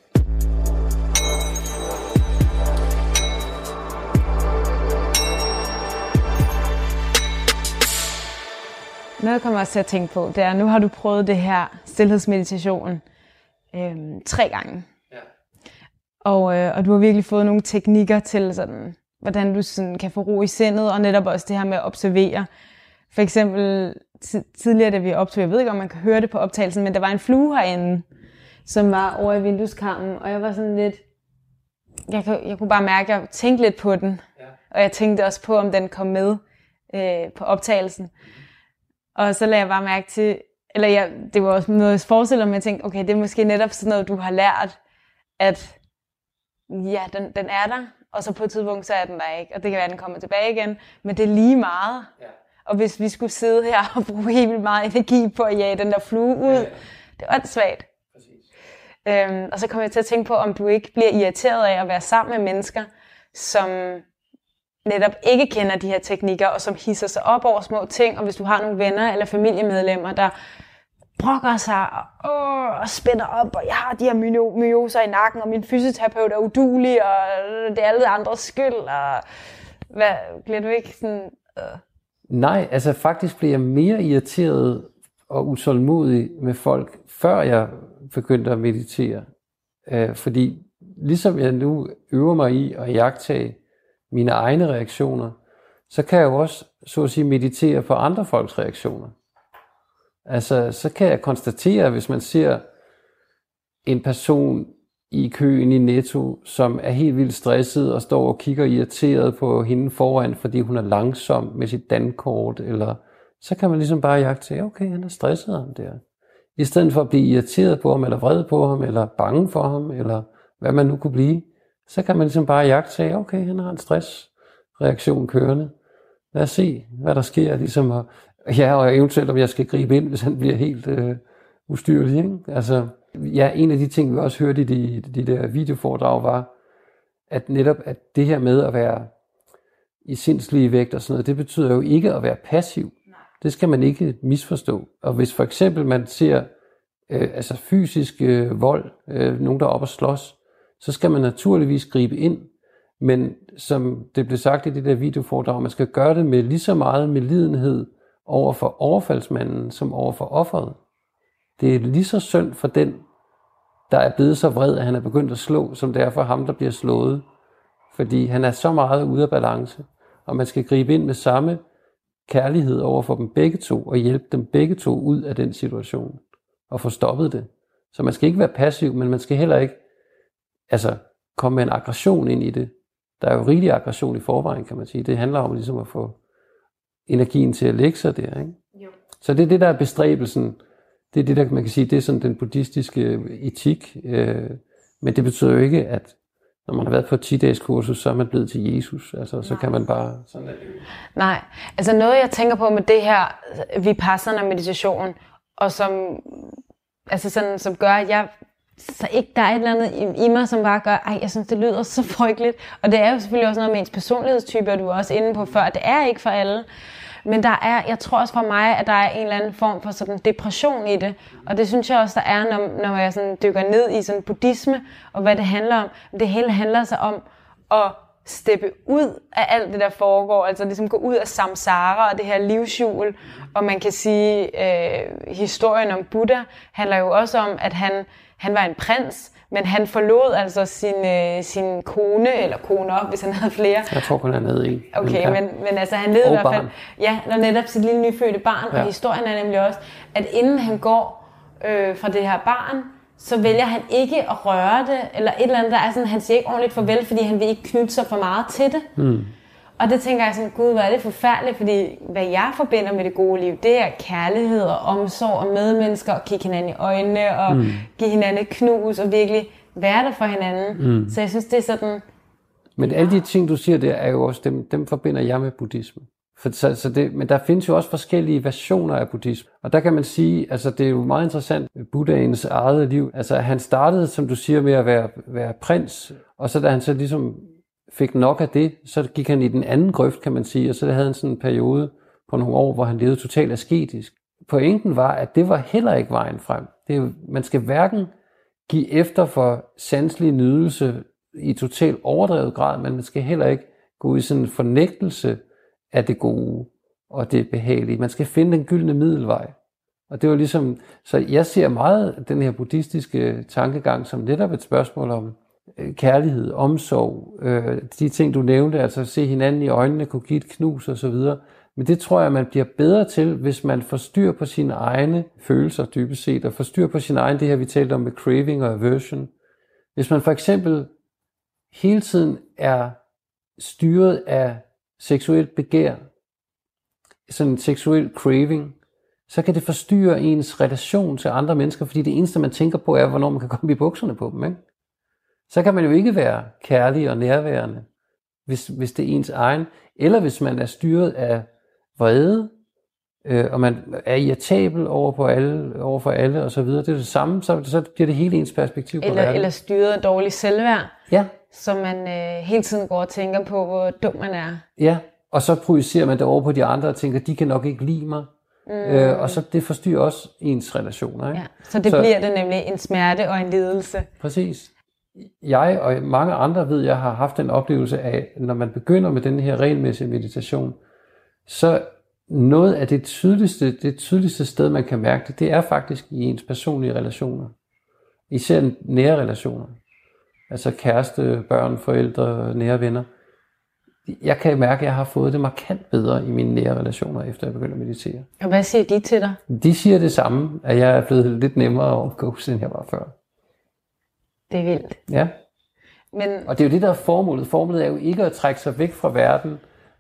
Noget jeg kommer også til at tænke på, det er, nu har du prøvet det her stilhedsmeditation 3 gange. Ja. Og du har virkelig fået nogle teknikker til sådan, hvordan du sådan kan få ro i sindet, og netop også det her med at observere. For eksempel tidligere, da vi optog, jeg ved ikke, om man kan høre det på optagelsen, men der var en flue herinde, som var over i vindueskarmen, og jeg var sådan lidt, jeg kunne bare mærke, at jeg tænkte lidt på den, og jeg tænkte også på, om den kom med på optagelsen. Og så lagde jeg bare mærke til, det var også noget, jeg forestiller mig, jeg tænkte, okay, det er måske netop sådan noget, du har lært, at ja, den er der, og så på et tidspunkt, så er den der ikke, og det kan være, at den kommer tilbage igen, men det er lige meget. Ja. Og hvis vi skulle sidde her og bruge helt vildt meget energi på at jage den der flue ud, det var svagt. Og så kom jeg til at tænke på, om du ikke bliver irriteret af at være sammen med mennesker, som netop ikke kender de her teknikker, og som hisser sig op over små ting, og hvis du har nogle venner eller familiemedlemmer, der brokker sig og spænder op, og jeg har de her myoser i nakken, og min fysioterapeut er uduelig, og det er alle andres skyld, og bliver du ikke sådan... Nej, altså faktisk blev jeg mere irriteret og utålmodig med folk, før jeg begyndte at meditere. Fordi ligesom jeg nu øver mig i at iagttage mine egne reaktioner, så kan jeg jo også, så at sige, meditere på andre folks reaktioner. Altså, så kan jeg konstatere, hvis man ser en person i køen i Netto, som er helt vildt stresset og står og kigger irriteret på hende foran, fordi hun er langsom med sit dankort, eller så kan man ligesom bare iagttage, okay, han er stresset ham der. I stedet for at blive irriteret på ham, eller vred på ham, eller bange for ham, eller hvad man nu kunne blive, så kan man ligesom bare iagttage, okay, han har en stressreaktion kørende. Lad os se, hvad der sker, ligesom, og eventuelt om jeg skal gribe ind, hvis han bliver helt ustyrlig, ikke? Altså, ja, en af de ting, vi også hørte i de der videoforedrag, var, at netop at det her med at være i sindslige vægt og sådan noget, det betyder jo ikke at være passiv. Det skal man ikke misforstå. Og hvis for eksempel man ser fysisk vold, nogen der er oppe og slås, så skal man naturligvis gribe ind. Men som det blev sagt i det der videoforedrag, man skal gøre det med lige så meget medlidenhed over for overfaldsmanden, som over for offeret. Det er lige så synd for den, der er blevet så vred, at han er begyndt at slå, som det er for ham, der bliver slået. Fordi han er så meget ude af balance, og man skal gribe ind med samme kærlighed over for dem begge to, og hjælpe dem begge to ud af den situation, og få stoppet det. Så man skal ikke være passiv, men man skal heller ikke komme med en aggression ind i det. Der er jo rigelig aggression i forvejen, kan man sige. Det handler om ligesom at få energien til at lægge sig der, ikke? Jo. Så det er det, der er bestræbelsen. Det er det, der man kan sige, det er sådan den buddhistiske etik. Men det betyder jo ikke, at når man har været på et 10-dages kursus, så er man blevet til Jesus. Altså, så kan man bare sådan lidt. Nej, altså noget jeg tænker på med det her vipassana meditation, og som, altså sådan, som gør, at jeg, så ikke der er et eller andet i mig, som bare gør, jeg synes det lyder så frygteligt. Og det er jo selvfølgelig også noget med ens personlighedstype, og du er også inde på før, det er ikke for alle. Men der er, jeg tror også for mig, at der er en eller anden form for sådan depression i det. Og det synes jeg også, der er, når jeg sådan dykker ned i sådan buddhisme, og hvad det handler om. Det hele handler sig om at steppe ud af alt det, der foregår. Altså ligesom gå ud af samsara og det her livshjul. Og man kan sige, historien om Buddha handler jo også om, at han var en prins, men han forlod altså sin kone, eller koner, hvis han havde flere. Jeg tror kun, han havde en. Okay, men altså han levede i hvert fald, når netop sit lille nyfødte barn, og historien er nemlig også, at inden han går fra det her barn, så vælger han ikke at røre det, eller et eller andet, der er sådan, han siger ikke ordentligt farvel, fordi han vil ikke knytte sig for meget til det. Og det tænker jeg sådan, gud, hvor er det forfærdeligt, fordi hvad jeg forbinder med det gode liv, det er kærlighed og omsorg og medmennesker, og kigge hinanden i øjnene, og give hinanden et knus, og virkelig være der for hinanden. Så jeg synes, det er sådan. Men alle de ting, du siger der, er jo også dem forbinder jeg med buddhisme. Men der findes jo også forskellige versioner af buddhisme. Og der kan man sige, altså det er jo meget interessant, Buddhaens eget liv. Altså han startede, som du siger, med at være prins, og så da han så ligesom fik nok af det, så gik han i den anden grøft, kan man sige, og så havde han sådan en periode på nogle år, hvor han levede totalt asketisk. Pointen var, at det var heller ikke vejen frem. Man skal hverken give efter for sanselig nydelse i totalt overdrevet grad, men man skal heller ikke gå ud i sådan en fornægtelse af det gode og det behagelige. Man skal finde den gyldne middelvej. Og det var ligesom, så jeg ser meget den her buddhistiske tankegang som netop et spørgsmål om kærlighed, omsorg, de ting du nævnte, altså se hinanden i øjnene, kunne give et knus og så videre. Men det tror jeg, man bliver bedre til, hvis man får styr på sine egne følelser dybest set, og får styr på sin egen, det her vi talte om med craving og aversion. Hvis man for eksempel hele tiden er styret af seksuelt begær, sådan en seksuel craving, så kan det forstyrre ens relation til andre mennesker, fordi det eneste, man tænker på, er, hvornår man kan komme i bukserne på dem, ikke? Så kan man jo ikke være kærlig og nærværende, hvis det er ens egen, eller hvis man er styret af vrede, og man er irritabel over for alle og så videre. Det er det samme, så bliver det hele ens perspektiv på verden. Eller styret af dårlig selvværd, ja. Så man hele tiden går og tænker på, hvor dum man er. Ja, og så projicerer man det over på de andre og tænker, de kan nok ikke lide mig. Og så det forstyrrer også ens relationer. Ikke? Ja, så bliver det nemlig en smerte og en lidelse. Præcis. Jeg og mange andre ved, jeg har haft en oplevelse af, når man begynder med den her regelmæssige meditation, så noget af det tydeligste sted, man kan mærke det er faktisk i ens personlige relationer. Især nære relationer. Altså kæreste, børn, forældre, nære venner. Jeg kan mærke, at jeg har fået det markant bedre i mine nære relationer, efter jeg begynder at meditere. Og hvad siger de til dig? De siger det samme, at jeg er blevet lidt nemmere at omgås, end jeg var før. Det er vildt. Ja. Og det er jo det, der er formålet. Formålet er jo ikke at trække sig væk fra verden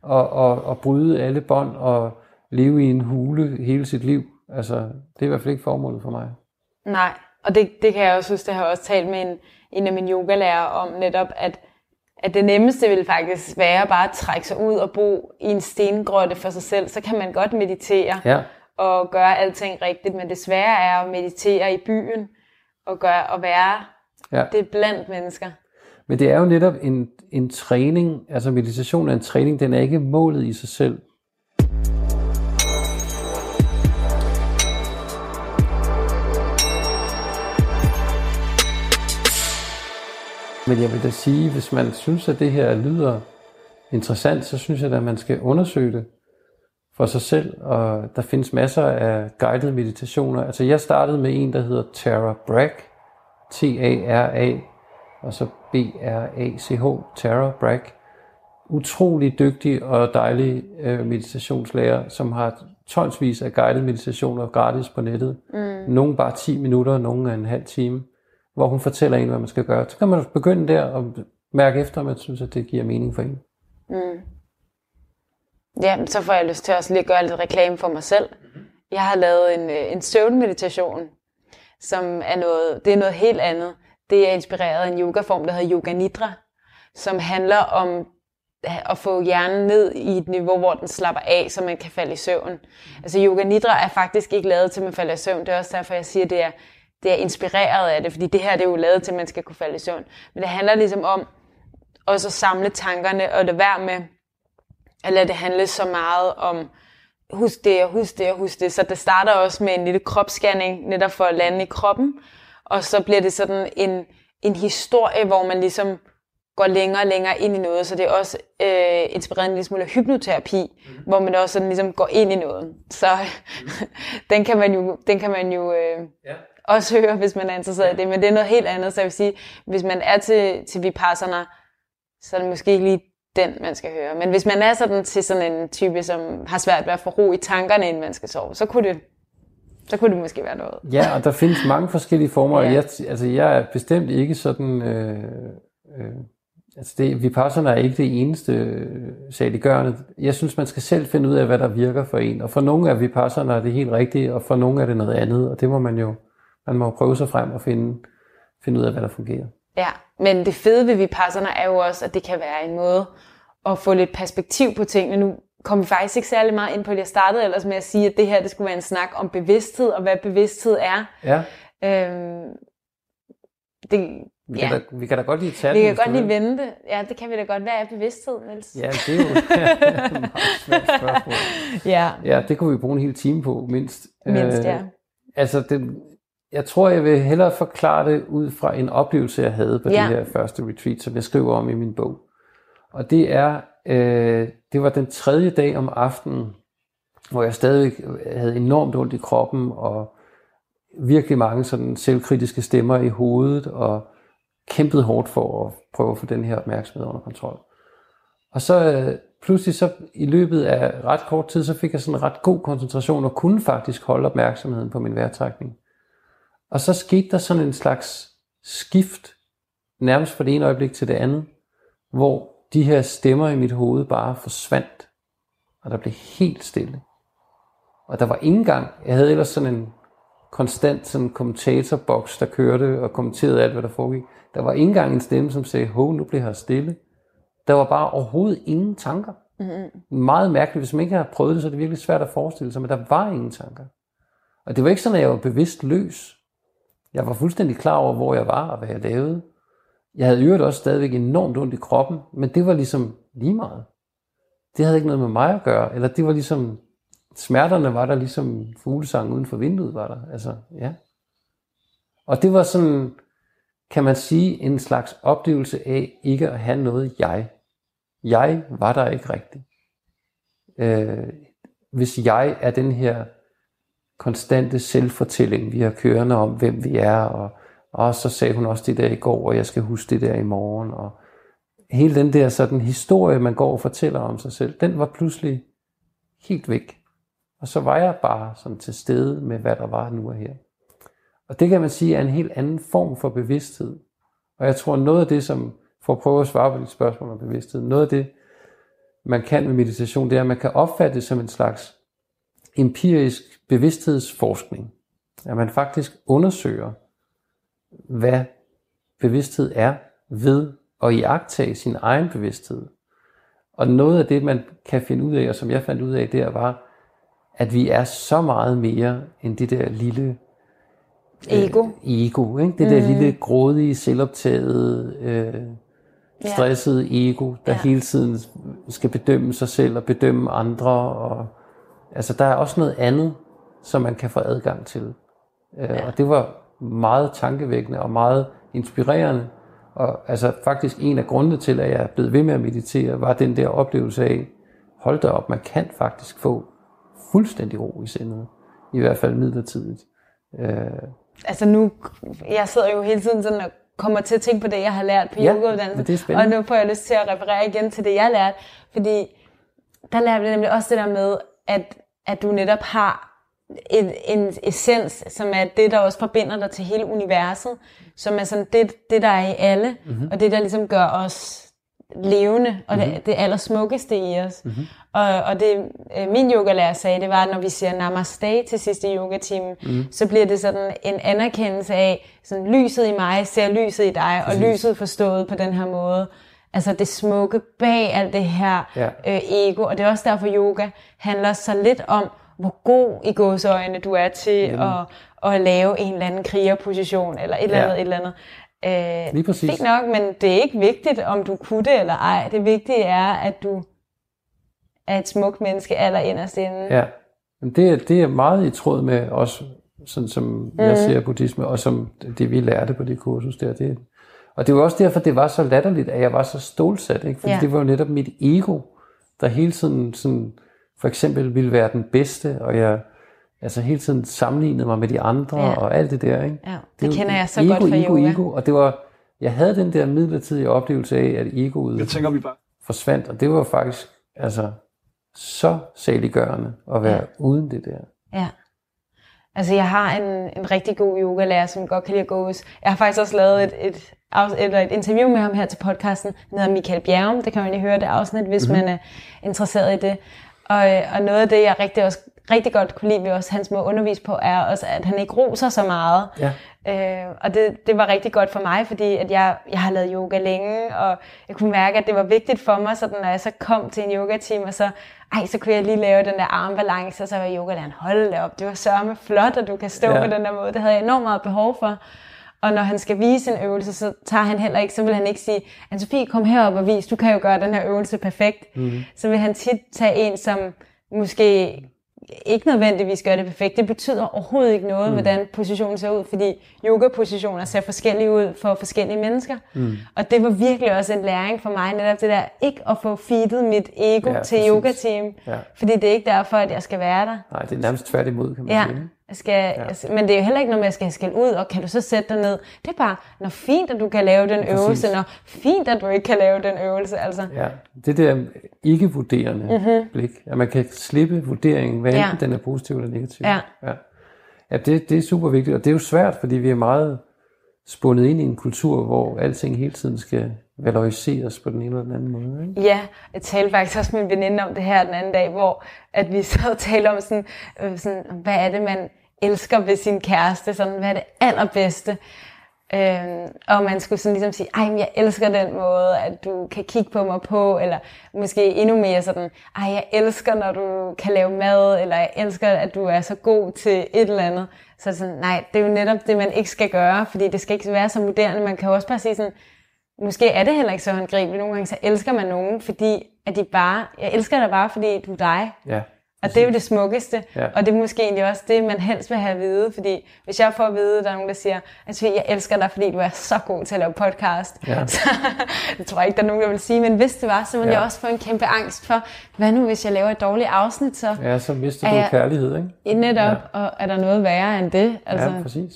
og bryde alle bånd og leve i en hule hele sit liv. Altså, det er i hvert fald ikke formålet for mig. Nej, og det kan jeg også synes, det har jeg også talt med en af mine yogalærere om netop, at det nemmeste vil faktisk være bare at trække sig ud og bo i en stengrotte for sig selv. Så kan man godt meditere og gøre alting rigtigt, men det svære er at meditere i byen og være det blandt mennesker. Men det er jo netop en træning, altså meditation er en træning, den er ikke målet i sig selv. Men jeg vil da sige, hvis man synes, at det her lyder interessant, så synes jeg, at man skal undersøge det for sig selv. Og der findes masser af guided meditationer. Altså jeg startede med en, der hedder Tara Brach, T-A-R-A, og så B-R-A-C-H, Tara Brach. Utrolig dygtig og dejlig meditationslærer, som har tonsvis af guided meditationer gratis på nettet. Nogle bare 10 minutter, nogle er en halv time, hvor hun fortæller en, hvad man skal gøre. Så kan man begynde der og mærke efter, om man synes, at det giver mening for en. Ja, så får jeg lyst til også lige at gøre lidt reklame for mig selv. Jeg har lavet en søvnmeditation, som er noget helt andet. Det er inspireret af en yogaform, der hedder Yoga Nidra. som handler om at få hjernen ned i et niveau, hvor den slapper af, så man kan falde i søvn. Altså yoga nidra er faktisk ikke lavet til, at man falder i søvn. Det er også derfor, jeg siger, at det er inspireret af det, fordi det her det er jo lavet til, at man skal kunne falde i søvn. Men det handler ligesom om også at samle tankerne, og det være med at lade det handle så meget om husk det og husk det og husk det. Så det starter også med en lille kropsscanning, netop for at lande i kroppen, og så bliver det sådan en historie, hvor man ligesom går længere og længere ind i noget, så det er også inspireret en lille smule af hypnoterapi, hvor man også sådan ligesom går ind i noget. Så den kan man jo også høre, hvis man er interesseret i det, men det er noget helt andet, så jeg vil sige, hvis man er til Vipassana, så er det måske ikke lige den, man skal høre. Men hvis man er sådan til sådan en type, som har svært ved at få ro i tankerne, inden man skal sove, så kunne det måske være noget. Ja, og der findes mange forskellige former. Ja. Jeg er bestemt ikke sådan... Vipassana er ikke det eneste saliggørende. Jeg synes, man skal selv finde ud af, hvad der virker for en. Og for nogle af Vipassana er det helt rigtigt, og for nogle er det noget andet. Og det må man må prøve sig frem og finde ud af, hvad der fungerer. Ja, men det fede ved Vipassana er jo også, at det kan være en måde at få lidt perspektiv på tingene. Nu kom vi faktisk ikke særlig meget ind på det. Jeg startede ellers med at sige, at det her det skulle være en snak om bevidsthed, og hvad bevidsthed er. Ja. Vi kan da godt lige tage det. Vi kan godt lige vende det. Ja, det kan vi da godt. Hvad er bevidsthed, Niels? Ja, det er jo et meget svært spørgsmål. Ja, det kunne vi bruge en hel time på, mindst. Ja. Jeg tror, jeg vil hellere forklare det ud fra en oplevelse, jeg havde på det her første retreat, som jeg skriver om i min bog. Og det var den 3. dag om aftenen, hvor jeg stadig havde enormt ondt i kroppen, og virkelig mange sådan selvkritiske stemmer i hovedet, og kæmpede hårdt for at prøve at få den her opmærksomhed under kontrol. Og så pludselig så i løbet af ret kort tid, så fik jeg sådan en ret god koncentration, og kunne faktisk holde opmærksomheden på min vejrtrækning. Og så skete der sådan en slags skift, nærmest fra det ene øjeblik til det andet, hvor de her stemmer i mit hoved bare forsvandt, og der blev helt stille. Og der var ingen gang, jeg havde ellers sådan en konstant sådan kommentatorboks, der kørte og kommenterede alt, hvad der foregik. Der var ikke engang en stemme, som sagde, nu bliver her stille. Der var bare overhovedet ingen tanker. Mm-hmm. Meget mærkeligt. Hvis man ikke har prøvet det, så er det virkelig svært at forestille sig, men der var ingen tanker. Og det var ikke sådan, at jeg var bevidst løs. Jeg var fuldstændig klar over, hvor jeg var og hvad jeg lavede. Jeg havde i øvrigt også stadigvæk enormt ondt i kroppen, men det var ligesom lige meget. Det havde ikke noget med mig at gøre, eller det var ligesom, smerterne var der ligesom fuglesang uden for vinduet var der. Altså, ja. Og det var sådan, kan man sige, en slags oplevelse af ikke at have noget jeg. Jeg var der ikke rigtigt. Hvis jeg er den her konstante selvfortælling, vi har kørende om, hvem vi er, og så sagde hun også det der i går, og jeg skal huske det der i morgen, og hele den der sådan historie, man går og fortæller om sig selv, den var pludselig helt væk. Og så var jeg bare sådan til stede med, hvad der var nu og her. Og det kan man sige er en helt anden form for bevidsthed. Og jeg tror noget af det, som, for at prøve at svare på dit spørgsmål om bevidsthed, noget af det, man kan med meditation, det er, at man kan opfatte det som en slags empirisk bevidsthedsforskning. At man faktisk undersøger, hvad bevidsthed er ved at iagttage sin egen bevidsthed. Og noget af det, man kan finde ud af, og som jeg fandt ud af der, var, at vi er så meget mere end det der lille ego, ikke? Det der lille grådige, selvoptagede, stressede ego, der hele tiden skal bedømme sig selv og bedømme andre. Og, altså der er også noget andet, som man kan få adgang til. Og det var meget tankevækkende og meget inspirerende. Og altså faktisk en af grundene til, at jeg er blevet ved med at meditere, var den der oplevelse af, hold da op, man kan faktisk få fuldstændig ro i sindet. I hvert fald midlertidigt. Altså nu, jeg sidder jo hele tiden sådan og kommer til at tænke på det, jeg har lært på yogauddannelsen. Og nu får jeg lyst til at referere igen til det, jeg lærte. Fordi der lærte jeg nemlig også det der med, at du netop har en essens, som er det, der også forbinder dig til hele universet. Som er sådan det der er i alle, og det, der ligesom gør os levende, og det allersmukkeste i os. Og det min yogalærer sagde, det var, at når vi siger namaste til sidst i yogatimen, så bliver det sådan en anerkendelse af, sådan lyset i mig ser lyset i dig, og lyset forstået på den her måde, Altså det smukke bag alt det her ego. Og det er også derfor, yoga handler så lidt om, hvor god i gåseøjne du er til at lave en eller anden krigerposition, eller et eller andet. Lige præcis. Fint nok, men det er ikke vigtigt, om du kunne det eller ej. Det vigtige er, at du er et smukt menneske allerinderst inde. Ja, men det er meget i tråd med også, sådan som jeg ser buddhisme, og som det vi lærte på det kursus der. Og det var også derfor, det var så latterligt, at jeg var så stålsat, ikke? Fordi det var jo netop mit ego, der hele tiden sådan, for eksempel ville være den bedste, og jeg altså hele tiden sammenlignede mig med de andre, og alt det der, ikke? Ja, det kender jeg så godt fra yoga. Ego, og det var, jeg havde den der midlertidige oplevelse af, at egoet forsvandt, og det var faktisk altså så saliggørende at være uden det der. Ja. Altså jeg har en rigtig god yogalærer, som godt kan lide at gå ud. Jeg har faktisk også lavet et interview med ham her til podcasten. Han hedder Michael Bjerrum. Det kan man lige høre det afsnit, hvis man er interesseret i det. Og noget af det, jeg rigtig godt kunne lide ved også hans måde at undervise på, er også, at han ikke roser så meget. Ja. Og det var rigtig godt for mig, fordi at jeg har lavet yoga længe, og jeg kunne mærke, at det var vigtigt for mig, så når jeg så kom til en yoga-team, og så kunne jeg lige lave den der armbalance, og så var yogalæreren, hold da op, det var sørme flot, at du kan stå på den der måde. Det havde jeg enormt meget behov for. Og når han skal vise en øvelse, så vil han ikke sige, Anne-Sophie, kom herop og vis, du kan jo gøre den her øvelse perfekt. Så vil han tit tage en, som måske ikke nødvendigvis gør det perfekt. Det betyder overhovedet ikke noget, hvordan positionen ser ud, fordi yogapositioner ser forskellige ud for forskellige mennesker. Og det var virkelig også en læring for mig, netop det der, ikke at få feedet mit ego til yogateam, fordi det er ikke derfor, at jeg skal være der. Nej, det er nærmest tværtimod, kan man sige. Men det er jo heller ikke noget med, at jeg skal skælde ud, og kan du så sætte dig ned? Det er bare, når fint, at du kan lave den øvelse, når fint, at du ikke kan lave den øvelse. Altså. Ja, det der ikke-vurderende blik, at man kan slippe vurderingen, hvad enten den er positiv eller negativ. Ja, det er super vigtigt, og det er jo svært, fordi vi er meget spundet ind i en kultur, hvor alting hele tiden skal valoriseres på den ene eller den anden måde. Ikke? Ja, jeg talte faktisk også med en veninde om det her den anden dag, hvor at vi så og talte om sådan, hvad er det, man elsker ved sin kæreste, sådan, hvad er det allerbedste? Og man skulle sådan ligesom sige, men jeg elsker den måde, at du kan kigge på mig på, eller måske endnu mere sådan, jeg elsker, når du kan lave mad, eller jeg elsker, at du er så god til et eller andet. Så sådan, nej, det er jo netop det, man ikke skal gøre, fordi det skal ikke være så moderne. Man kan jo også bare sige sådan, måske er det heller ikke så håndgribeligt. Nogle gange så elsker man nogen, fordi at jeg elsker dig bare, fordi du er dig. Ja. Og det er jo det smukkeste, og det er måske egentlig også det, man helst vil have at vide, fordi hvis jeg får at vide, at der er nogen, der siger, at jeg elsker dig, fordi du er så god til at lave podcast, så det tror jeg ikke, der er nogen, der vil sige, men hvis det var, så ville jeg også få en kæmpe angst for, hvad nu, hvis jeg laver et dårligt afsnit, så... Ja, så mister du kærlighed, ikke? Netop, og er der noget værre end det? Altså, ja, præcis.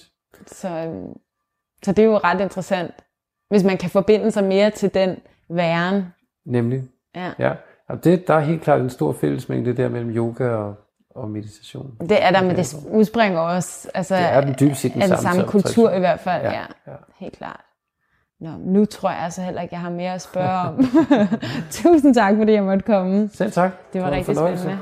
Så det er jo ret interessant, hvis man kan forbinde sig mere til den væren. Nemlig, ja. Og der er helt klart en stor fællesmængde der mellem yoga og meditation. Det er der, men det udspringer også altså, det er den dybest set den samme kultur i hvert fald. Ja. Helt klart. Nå, nu tror jeg altså heller ikke, jeg har mere at spørge om. Tusind tak, fordi jeg måtte komme. Selv tak. Det var rigtig spændende.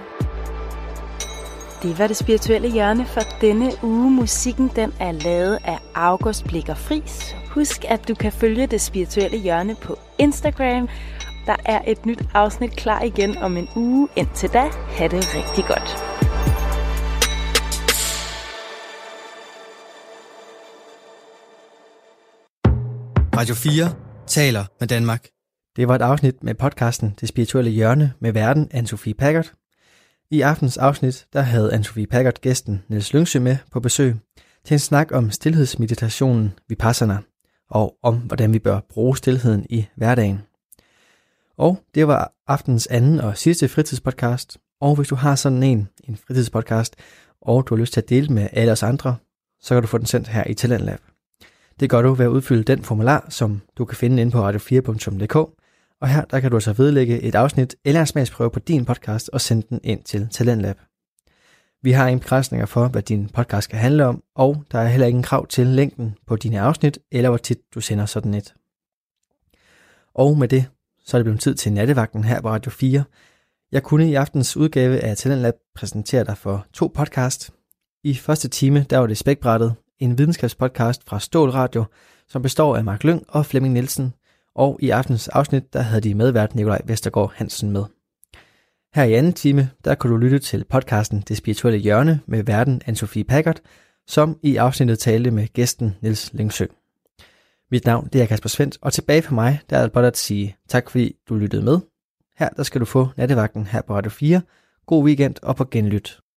Det var det spirituelle hjørne for denne uge. Musikken den er lavet af August Blicher Friis. Husk, at du kan følge det spirituelle hjørne på Instagram. Der er et nyt afsnit klar igen om en uge. Indtil da, ha' det rigtig godt. Radio 4 taler med Danmark. Det var et afsnit med podcasten Det Spirituelle Hjørne med værten Anne-Sophie Packard. I aftens afsnit der havde Anne-Sophie Packard gæsten Niels Lyngsø med på besøg til en snak om stilhedsmeditationen Vipassana og om hvordan vi bør bruge stilheden i hverdagen. Og det var aftens anden og sidste fritidspodcast. Og hvis du har sådan en fritidspodcast, og du har lyst til at dele med alle os andre, så kan du få den sendt her i Talentlab. Det gør du ved at udfylde den formular, som du kan finde inde på radio4.dk. Og her der kan du altså vedlægge et afsnit eller en smagsprøve på din podcast og sende den ind til Talentlab. Vi har ingen begrænsninger for, hvad din podcast skal handle om, og der er heller ingen krav til længden på dine afsnit, eller hvor tit du sender sådan et. Og med det, så er det blevet tid til nattevagten her på Radio 4. Jeg kunne i aftens udgave af Talentlab præsentere dig for 2 podcast. I første time, der var det Spækbrættet, en videnskabspodcast fra Stål Radio, som består af Mark Lyng og Flemming Nielsen. Og i aftens afsnit, der havde de medvært Nikolaj Vestergaard Hansen med. Her i anden time, der kan du lytte til podcasten Det Spirituelle Hjørne med værten Anne-Sophie Packard, som i afsnittet talte med gæsten Niels Lyngsø. Mit navn det er Kasper Svendt, og tilbage for mig, der er det blot at sige tak fordi du lyttede med. Her der skal du få nattevagten her på Radio 4. God weekend og på genlyt.